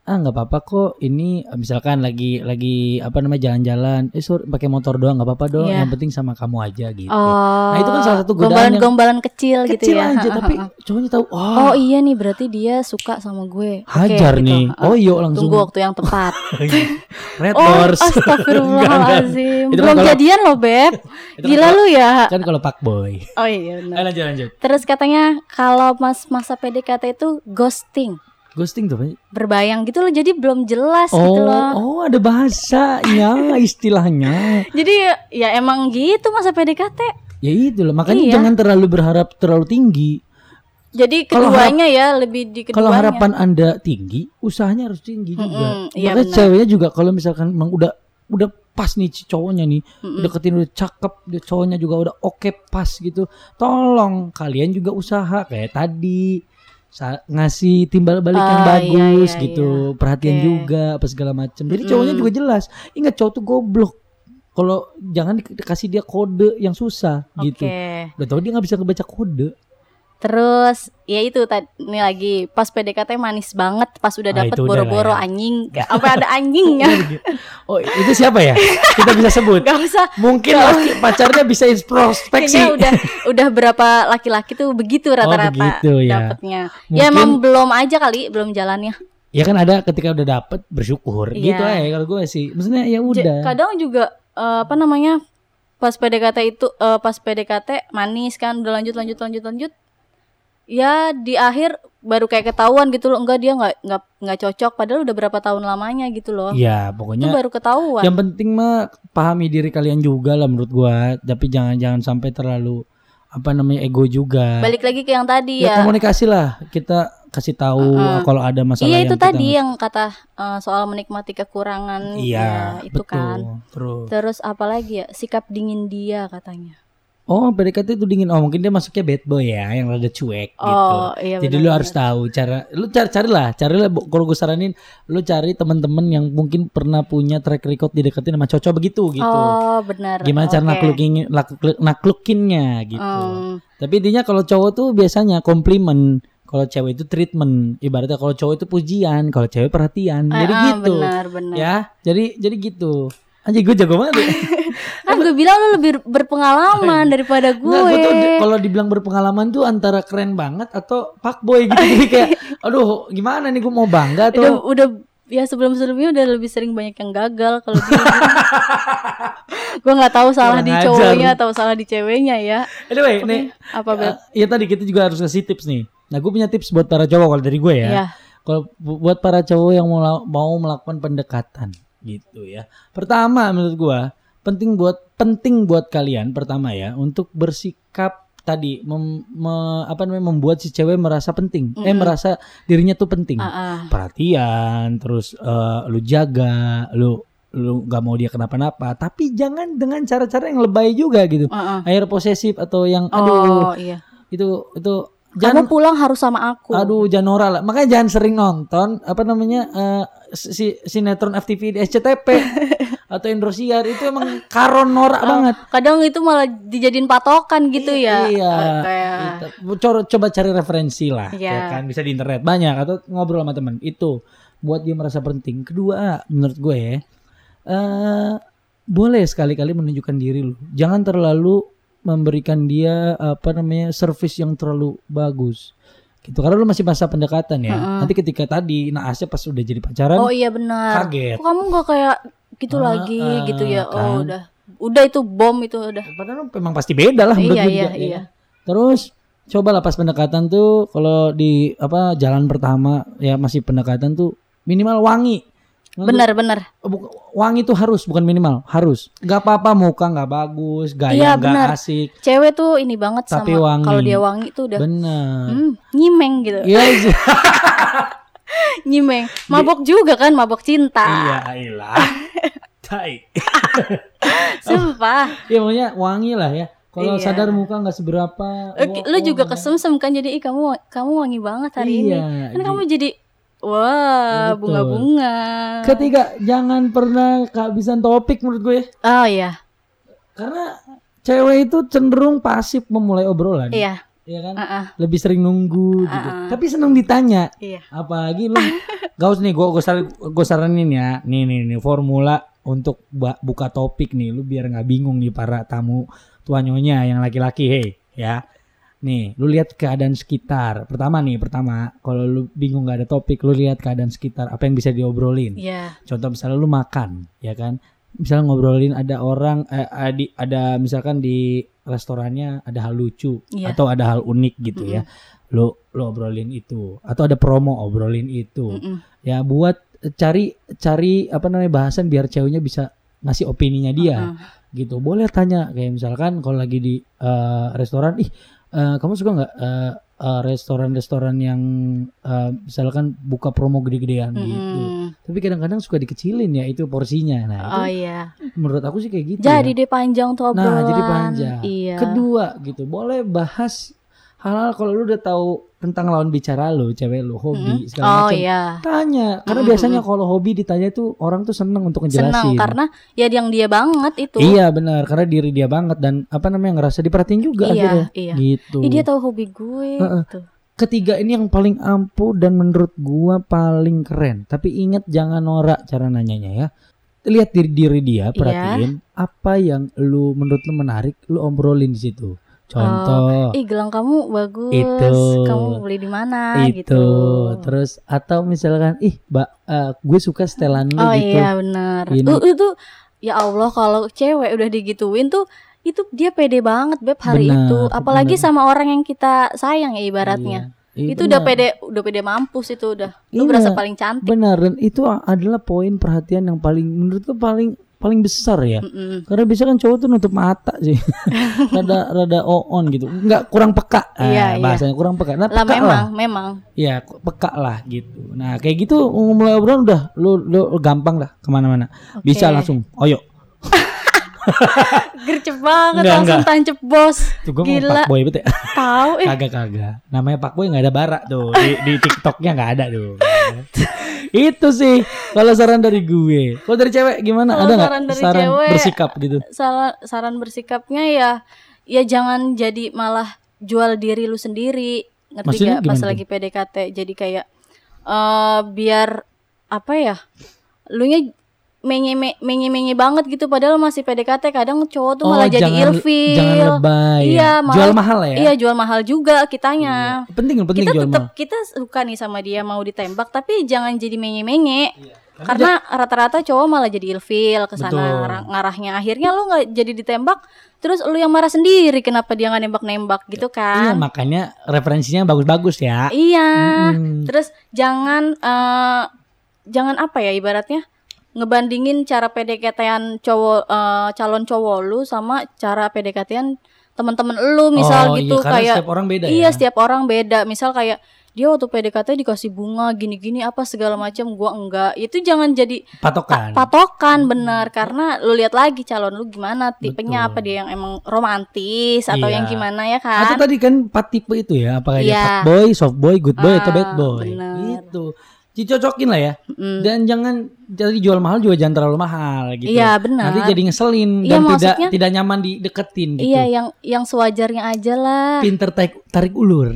ah nggak apa-apa kok ini misalkan lagi lagi apa namanya jalan-jalan eh sorry pakai motor doang nggak apa-apa doang Iya. yang penting sama kamu aja gitu. Oh, Nah itu kan salah satu godaan yang gombalan-gombalan kecil, kecil gitu ya. aja tapi cowoknya tahu Oh oh, iya nih berarti dia suka sama gue. Oke, hajar gitu. nih Heeh. oh yuk langsung Tunggu waktu yang tepat. Red Oh Doors. astagfirullahaladzim. Itu kan Belum kalau- jadian loh Beb. Itu kan Gila kalau- lu ya. kan kalau Pak Boy. Oh iya Ayo benar. lanjut lanjut. Terus katanya kalau mas masa P D K T itu ghosting, Ghosting tuh Pak. berbayang gitu loh, jadi belum jelas Oh, gitu loh. oh ada bahasanya istilahnya. Jadi ya emang gitu masa P D K T. Ya itu loh, makanya Iya. jangan terlalu berharap terlalu tinggi. Jadi Kalau keduanya ya lebih di keduanya. Kalau harapan Anda tinggi, usahanya harus tinggi juga. Mm-mm, iya Makanya benar. ceweknya juga kalau misalkan emang udah udah pas nih si cowoknya nih, Mm-mm. deketin udah cakep, dia cowoknya juga udah oke pas gitu. Tolong kalian juga usaha kayak tadi sa- ngasih timbal balik yang Ah, iya, bagus iya, gitu, iya. perhatian Oke. juga apa segala macam. Jadi cowoknya juga jelas. Ingat cowok tuh goblok. Kalau jangan di- dikasih dia kode yang susah gitu. Oke. Udah tahu dia nggak bisa kebaca kode. Terus ya itu tadi ini lagi pas P D K T manis banget, pas udah Ah, dapet itu udah lah boro-boro ya. anjing, Kayak sampai ada anjingnya. Oh itu siapa ya? Kita bisa sebut. Gak usah. Mungkin laki pacarnya bisa introspeksi. Kayaknya udah udah berapa laki-laki tuh begitu rata-rata begitu ya. dapetnya. Mungkin- Ya emang belum aja kali, belum jalannya. Ya kan ada ketika udah dapet bersyukur Iya. gitu aja kalau gue sih. Maksudnya ya Ja- udah. Kadang juga eh, apa namanya pas P D K T itu eh, pas P D K T manis kan, udah lanjut lanjut lanjut lanjut. Ya di akhir baru kayak ketahuan gitu loh, enggak dia nggak nggak nggak cocok, padahal udah berapa tahun lamanya gitu loh. Ya Itu pokoknya baru ketahuan. yang penting mah pahami diri kalian juga lah menurut gua. Tapi jangan jangan sampai terlalu apa namanya ego juga. Balik lagi ke yang tadi Ya ya. komunikasi lah, kita kasih tahu Uh-uh. kalau ada masalah Iya yang itu kita tadi nggak- yang kata eh, soal menikmati kekurangan. Iya ya, itu betul. kan. Terus Terus apa lagi ya? Sikap dingin dia katanya. oh P D K T itu dingin. Oh mungkin dia masuknya bad boy ya, yang rada cuek gitu. Oh iya Jadi benar, lu benar. harus tahu cara lu cari carilah, carilah bu- kalau gue saranin lu cari teman-teman yang mungkin pernah punya track record dideketin sama cowok begitu gitu. Oh benar. Gimana cara Oke. naklukin nakluk- naklukinnya gitu. Hmm, Tapi intinya kalau cowok tuh biasanya komplimen, kalau cewek itu treatment. Ibaratnya kalau cowok itu pujian, kalau cewek perhatian. Jadi ah, ah, gitu. Benar benar. Ya, jadi jadi gitu. Anjir gue jago banget ya. Kan gue bilang lu lebih berpengalaman daripada gue. Nggak, gue tuh di- kalau dibilang berpengalaman tuh antara keren banget atau fuckboy gitu. Jadi kayak aduh gimana nih gue mau bangga udah atau udah ya sebelum-sebelumnya udah lebih sering banyak yang gagal kalau gitu. Gue nggak tahu salah Kurang di ajar. cowoknya atau salah di ceweknya ya. anyway nih Apa Beb? ya tadi kita juga harus kasih tips nih. Nah gue punya tips buat para cowok kalau dari gue ya. Iya. Kalau bu- buat para cowok yang mau la- mau melakukan pendekatan gitu ya. Pertama menurut gue penting buat penting buat kalian pertama ya untuk bersikap tadi mem, me- apa namanya membuat si cewek merasa penting. Eh merasa dirinya tuh penting. Ah, ah. Perhatian, terus eh, lu jaga, lu lu nggak mau dia kenapa-napa, tapi jangan dengan cara-cara yang lebay juga gitu. Ah, ah. Air posesif atau yang aduh Oh iya. itu itu Kamu jangan pulang harus sama aku. aduh jangan norak lah. Makanya jangan sering nonton apa namanya eh, si sinetron F T V di S C T P atau Indosiar itu emang karon norak banget. Kadang itu malah dijadiin patokan gitu ya. Iya. Kayak Itu. Coba, coba cari referensi lah, Iya. ya kan bisa di internet banyak atau ngobrol sama teman itu buat dia merasa penting. Kedua, menurut gue ya, eh boleh sekali-kali menunjukkan diri lu. Jangan terlalu memberikan dia apa namanya service yang terlalu bagus. Gitu karena lu masih masa pendekatan ya. Mm-mm. Nanti ketika tadi naasnya pas udah jadi pacaran, oh iya benar. kaget. Kok kamu nggak kayak gitu Ah, lagi ah, gitu ya. kan. Oh udah. Udah itu bom itu udah. padahal memang pasti beda lah menurut Iya, gue iya, juga, ya iya. kan? Terus cobalah pas pendekatan tuh kalau di apa jalan pertama ya masih pendekatan tuh minimal wangi. Benar benar. Oh, bukan- wangi tuh harus bukan minimal, harus. Gak apa-apa muka nggak bagus, Iya, gaya nggak benar. asik, Cewek tuh ini banget Tapi sama wangi. kalau dia wangi tuh udah bener. hmm, nyimeng gitu. Iya, iya. Nyimeng. Mabok juga kan, mabok cinta. Iya, iyalah. Tai. Sumpah. Ya pokoknya wangi lah ya. Kalau Iya. sadar muka nggak seberapa. Eh, wah, lu wah, juga wah. kesemsem kan jadi ih kamu kamu wangi banget hari Iya, ini. Kan di- kamu jadi wah, Betul. bunga-bunga. Ketiga, jangan pernah kehabisan topik menurut gue. Oh iya. Karena cewek itu cenderung pasif memulai obrolan. Iya. ya kan? Uh-uh. Lebih sering nunggu gitu. Uh-uh. Tapi seneng ditanya. Iya. Apalagi lu gak usah nih, gue gue sar, gue saranin ya. Nih nih nih formula untuk buka topik nih, lu biar nggak bingung nih para tamu tua nyonya yang laki-laki, hey ya. Nih, lu lihat keadaan sekitar. Pertama nih, pertama kalau lu bingung nggak ada topik, lu lihat keadaan sekitar, apa yang bisa diobrolin. Iya. Contoh misalnya lu makan, ya kan? Misalnya ngobrolin ada orang, eh, ada, ada misalkan di restorannya ada hal lucu Iya. atau ada hal unik gitu ya. Lu lu obrolin itu, atau ada promo obrolin itu. Mm-mm. Ya buat cari cari apa namanya bahasan biar ceweknya bisa ngasih opininya dia. Uh-uh. Gitu. Boleh tanya kayak misalkan kalau lagi di uh, restoran, ih uh, kamu suka nggak uh, uh, restoran-restoran yang uh, misalkan buka promo gede-gedean Mm-mm. gitu. Tapi kadang-kadang suka dikecilin ya itu porsinya. Nah, itu Oh iya. menurut aku sih kayak gitu. Jadi ya. deh panjang tuh obrolan. Nah, jadi panjang. Iya. Kedua gitu, boleh bahas hal-hal kalau lu udah tahu tentang lawan bicara lu, cewek lu, hobi Mm-mm. segala Oh macam. iya. Tanya, karena Mm-mm. biasanya kalau hobi ditanya tuh orang tuh seneng untuk ngejelasin. Senang karena ya yang dia banget itu. Iya benar, karena diri dia banget dan apa namanya ngerasa diperhatiin juga Iya, akhirnya. iya. Gitu. Ih, dia tahu hobi gue Uh-uh. gitu. Ketiga ini yang paling ampuh dan menurut gua paling keren. Tapi ingat jangan norak cara nanyanya ya. Lihat diri diri dia, perhatiin apa yang lu menurut lu menarik, lu obrolin di situ. Contoh, Ih, gelang kamu bagus. Itu. Kamu beli di mana itu, gitu. terus atau misalkan, ih, mbak, uh, gue suka setelan lu Oh gitu. iya benar. Ini. Uh, itu ya Allah kalau cewek udah digituin tuh itu dia pede banget Beb hari Benar, itu. Apalagi benar. sama orang yang kita sayang ya ibaratnya. Iya. Iya, Itu udah benar. pede udah pede mampus itu udah. Lu Iya, berasa paling cantik. Benar, dan itu adalah poin perhatian yang paling menurut lu paling paling besar ya. Mm-mm. Karena bisa kan cowok tuh nutup mata sih. rada rada on gitu. Enggak kurang peka. Ah, Iya, iya. bahasanya kurang peka. Nah, Lah peka memang, lah. memang. Iya, peka lah gitu. Nah, kayak gitu mulai obrolan udah lu, lu gampang dah kemana-mana. Oke. Bisa langsung. Oyo. Gercep banget Enggak, langsung enggak. tancep bos. Tuh gue mau Gila. Pak Boy betul. Tahu eh. Kagak kagak. Namanya Pak Boy nggak ada bara tuh di, di TikToknya nggak ada tuh. Itu sih kalau saran dari gue. Kalau dari cewek gimana? Kalau Ada nggak saran dari saran cewek, bersikap gitu? Salah, saran bersikapnya ya ya jangan jadi malah jual diri lu sendiri. Ngerti Maksudnya gak pas gimana lagi P D K T jadi kayak eh biar apa ya? Lu nya menye menye menye banget gitu padahal masih P D K T kadang cowok tuh malah jadi jangan, ilfil. Jangan lebay. Iya, ya. malah- Jual mahal ya. Iya, jual mahal juga kitanya. Iya. Penting penting Kita jual tetap mahal. kita suka nih sama dia mau ditembak tapi jangan jadi menye-menye. Iya. Karena rata-rata cowok malah jadi ilfil ke sana Betul. ngarah- ngarahnya akhirnya lu nggak jadi ditembak terus lu yang marah sendiri kenapa dia nggak nembak-nembak gitu Iya, kan. makanya referensinya bagus-bagus ya. Iya. Mm-mm. Terus jangan eh, jangan apa ya ibaratnya ngebandingin cara P D K T-an cowok eh, calon cowok lu sama cara P D K T-an teman-teman lu misal Oh, gitu iya, karena kayak setiap orang beda iya ya. setiap orang beda misal kayak dia waktu P D K T dikasih bunga gini-gini apa segala macam gua enggak itu jangan jadi Patokan. pa- patokan benar karena lu lihat lagi calon lu gimana tipenya Betul. apa dia yang emang romantis atau Iya. yang gimana ya Atau kan tadi kan empat tipe itu ya, apakah dia Iya. fat boy, soft boy, good boy, atau Ah, bad boy. bener. Gitu. Dicocokin lah ya. Mm. Dan jangan jadi jual mahal juga jangan terlalu mahal gitu. Iya, benar. Nanti jadi ngeselin Iya, dan tidak maksudnya- tidak nyaman dideketin gitu. iya yang yang sewajarnya aja lah Pinter tarik, tarik ulur.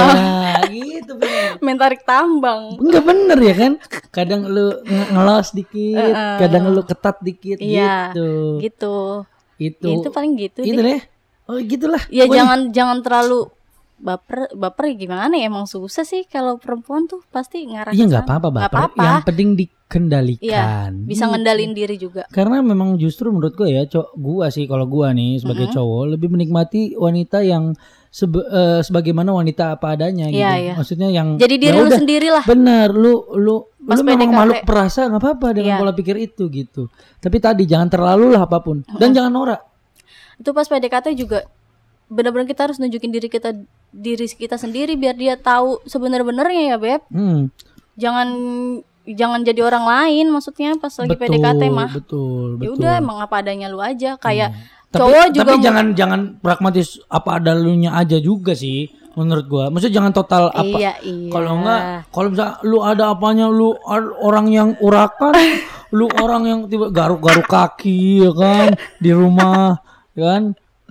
Ah. Ya, gitu bener. main tarik tambang Enggak bener ya kan? Kadang lu nge- ngelos dikit, Uh-uh. kadang lu ketat dikit Iya, gitu. gitu Itu. ya, itu paling gitu Gitu deh deh. Oh, gitulah. ya Pokoknya. jangan jangan terlalu baper baper gimana ya emang susah sih kalau perempuan tuh pasti ngarah Iya ke nggak sana. apa-apa, Nggak baper. apa-apa. Yang penting dikendalikan. Iya, bisa Gitu. ngendalin diri juga. Karena memang justru menurut gue ya, cowok gua sih kalau gua nih sebagai Mm-mm. cowok lebih menikmati wanita yang sebe- eh, sebagaimana wanita apa adanya gitu. Iya, iya. Maksudnya yang Jadi diri ya lu udah, sendiri lah. benar, lu lu Pas lu memang P D K T. makhluk perasa nggak apa-apa dengan Iya. pola pikir itu gitu. Tapi tadi jangan terlalu lah apapun dan jangan norak. Itu pas P D K T juga benar-benar kita harus nunjukin diri kita diri kita sendiri biar dia tahu sebenar-benarnya ya Beb. Hmm, Jangan jangan jadi orang lain maksudnya pas lagi P D K T mah. Betul, Ya betul. udah emang apa adanya lu aja kayak Tapi, cowok juga tapi mau- jangan jangan pragmatis apa ada lunya aja juga sih menurut gua. Maksudnya jangan total apa. Iya, iya. Kalau enggak, kalau misalnya lu ada apanya, lu ar- orang yang urakan, lu orang yang tiba garuk-garuk kaki ya kan di rumah, ya kan.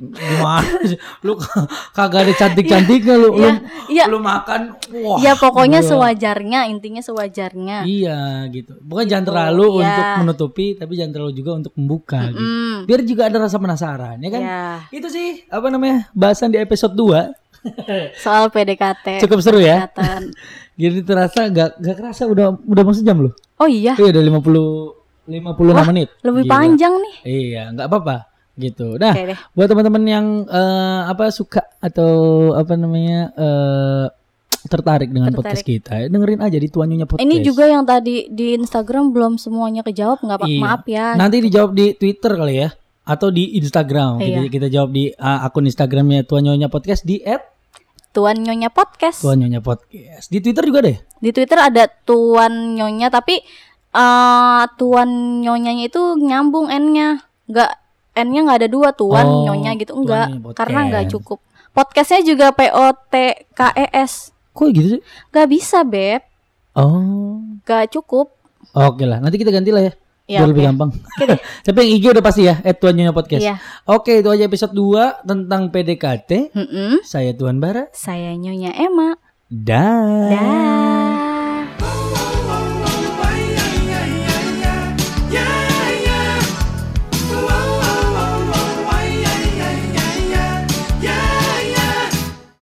Gimana sih? Lu kagak ada cantik-cantiknya lu. Iya, lu, iya. lu makan wah. Ya pokoknya gila. sewajarnya, intinya sewajarnya. Iya gitu. Bukan Gitu, jangan terlalu iya. untuk menutupi, tapi jangan terlalu juga untuk membuka gitu. Mm. Biar juga ada rasa penasaran, ya kan? Ya. Itu sih apa namanya? Bahasan di episode dua. Soal P D K T. Cukup seru ya. Pendekatan. Jadi terasa gak, gak kerasa udah udah mau sejam loh. Oh iya, Iya udah lima puluh lima puluh enam menit. lebih Gila. panjang nih. Iya, nggak apa-apa gitu. Nah, Oke deh. buat teman-teman yang eh, apa suka atau apa namanya eh, tertarik dengan Tertarik. podcast kita, dengerin aja di Tuan Nyonya Podcast. Ini juga yang tadi di Instagram belum semuanya kejawab, nggak apa Iya. maaf ya. Nanti dijawab di Twitter kali ya, atau di Instagram. Iya. Kita, kita jawab di uh, akun Instagramnya Tuan Nyonya Podcast di at Tuan Nyonya Podcast. Tuan Nyonya Podcast. Di Twitter juga deh. Di Twitter ada Tuan Nyonya, tapi eh Tuan Nyonyanya itu nyambung N-nya, nggak N-nya nggak ada dua, Tuan Oh, Nyonya gitu, Tuan enggak, Nyonya Podcast. karena nggak cukup. Podcastnya juga P O T K E S, Kok gitu sih? nggak bisa beb, Oh, nggak cukup. oke lah. Nanti kita ganti lah ya. Ya, Biar lebih oke. gampang. Oke deh. Tapi yang I G udah pasti ya, at Tuan Nyonya Podcast. Iya. Oke, itu aja episode dua tentang P D K T. Mm-mm. Saya Tuan Bara. Saya Nyonya Emma. Dah. Dah.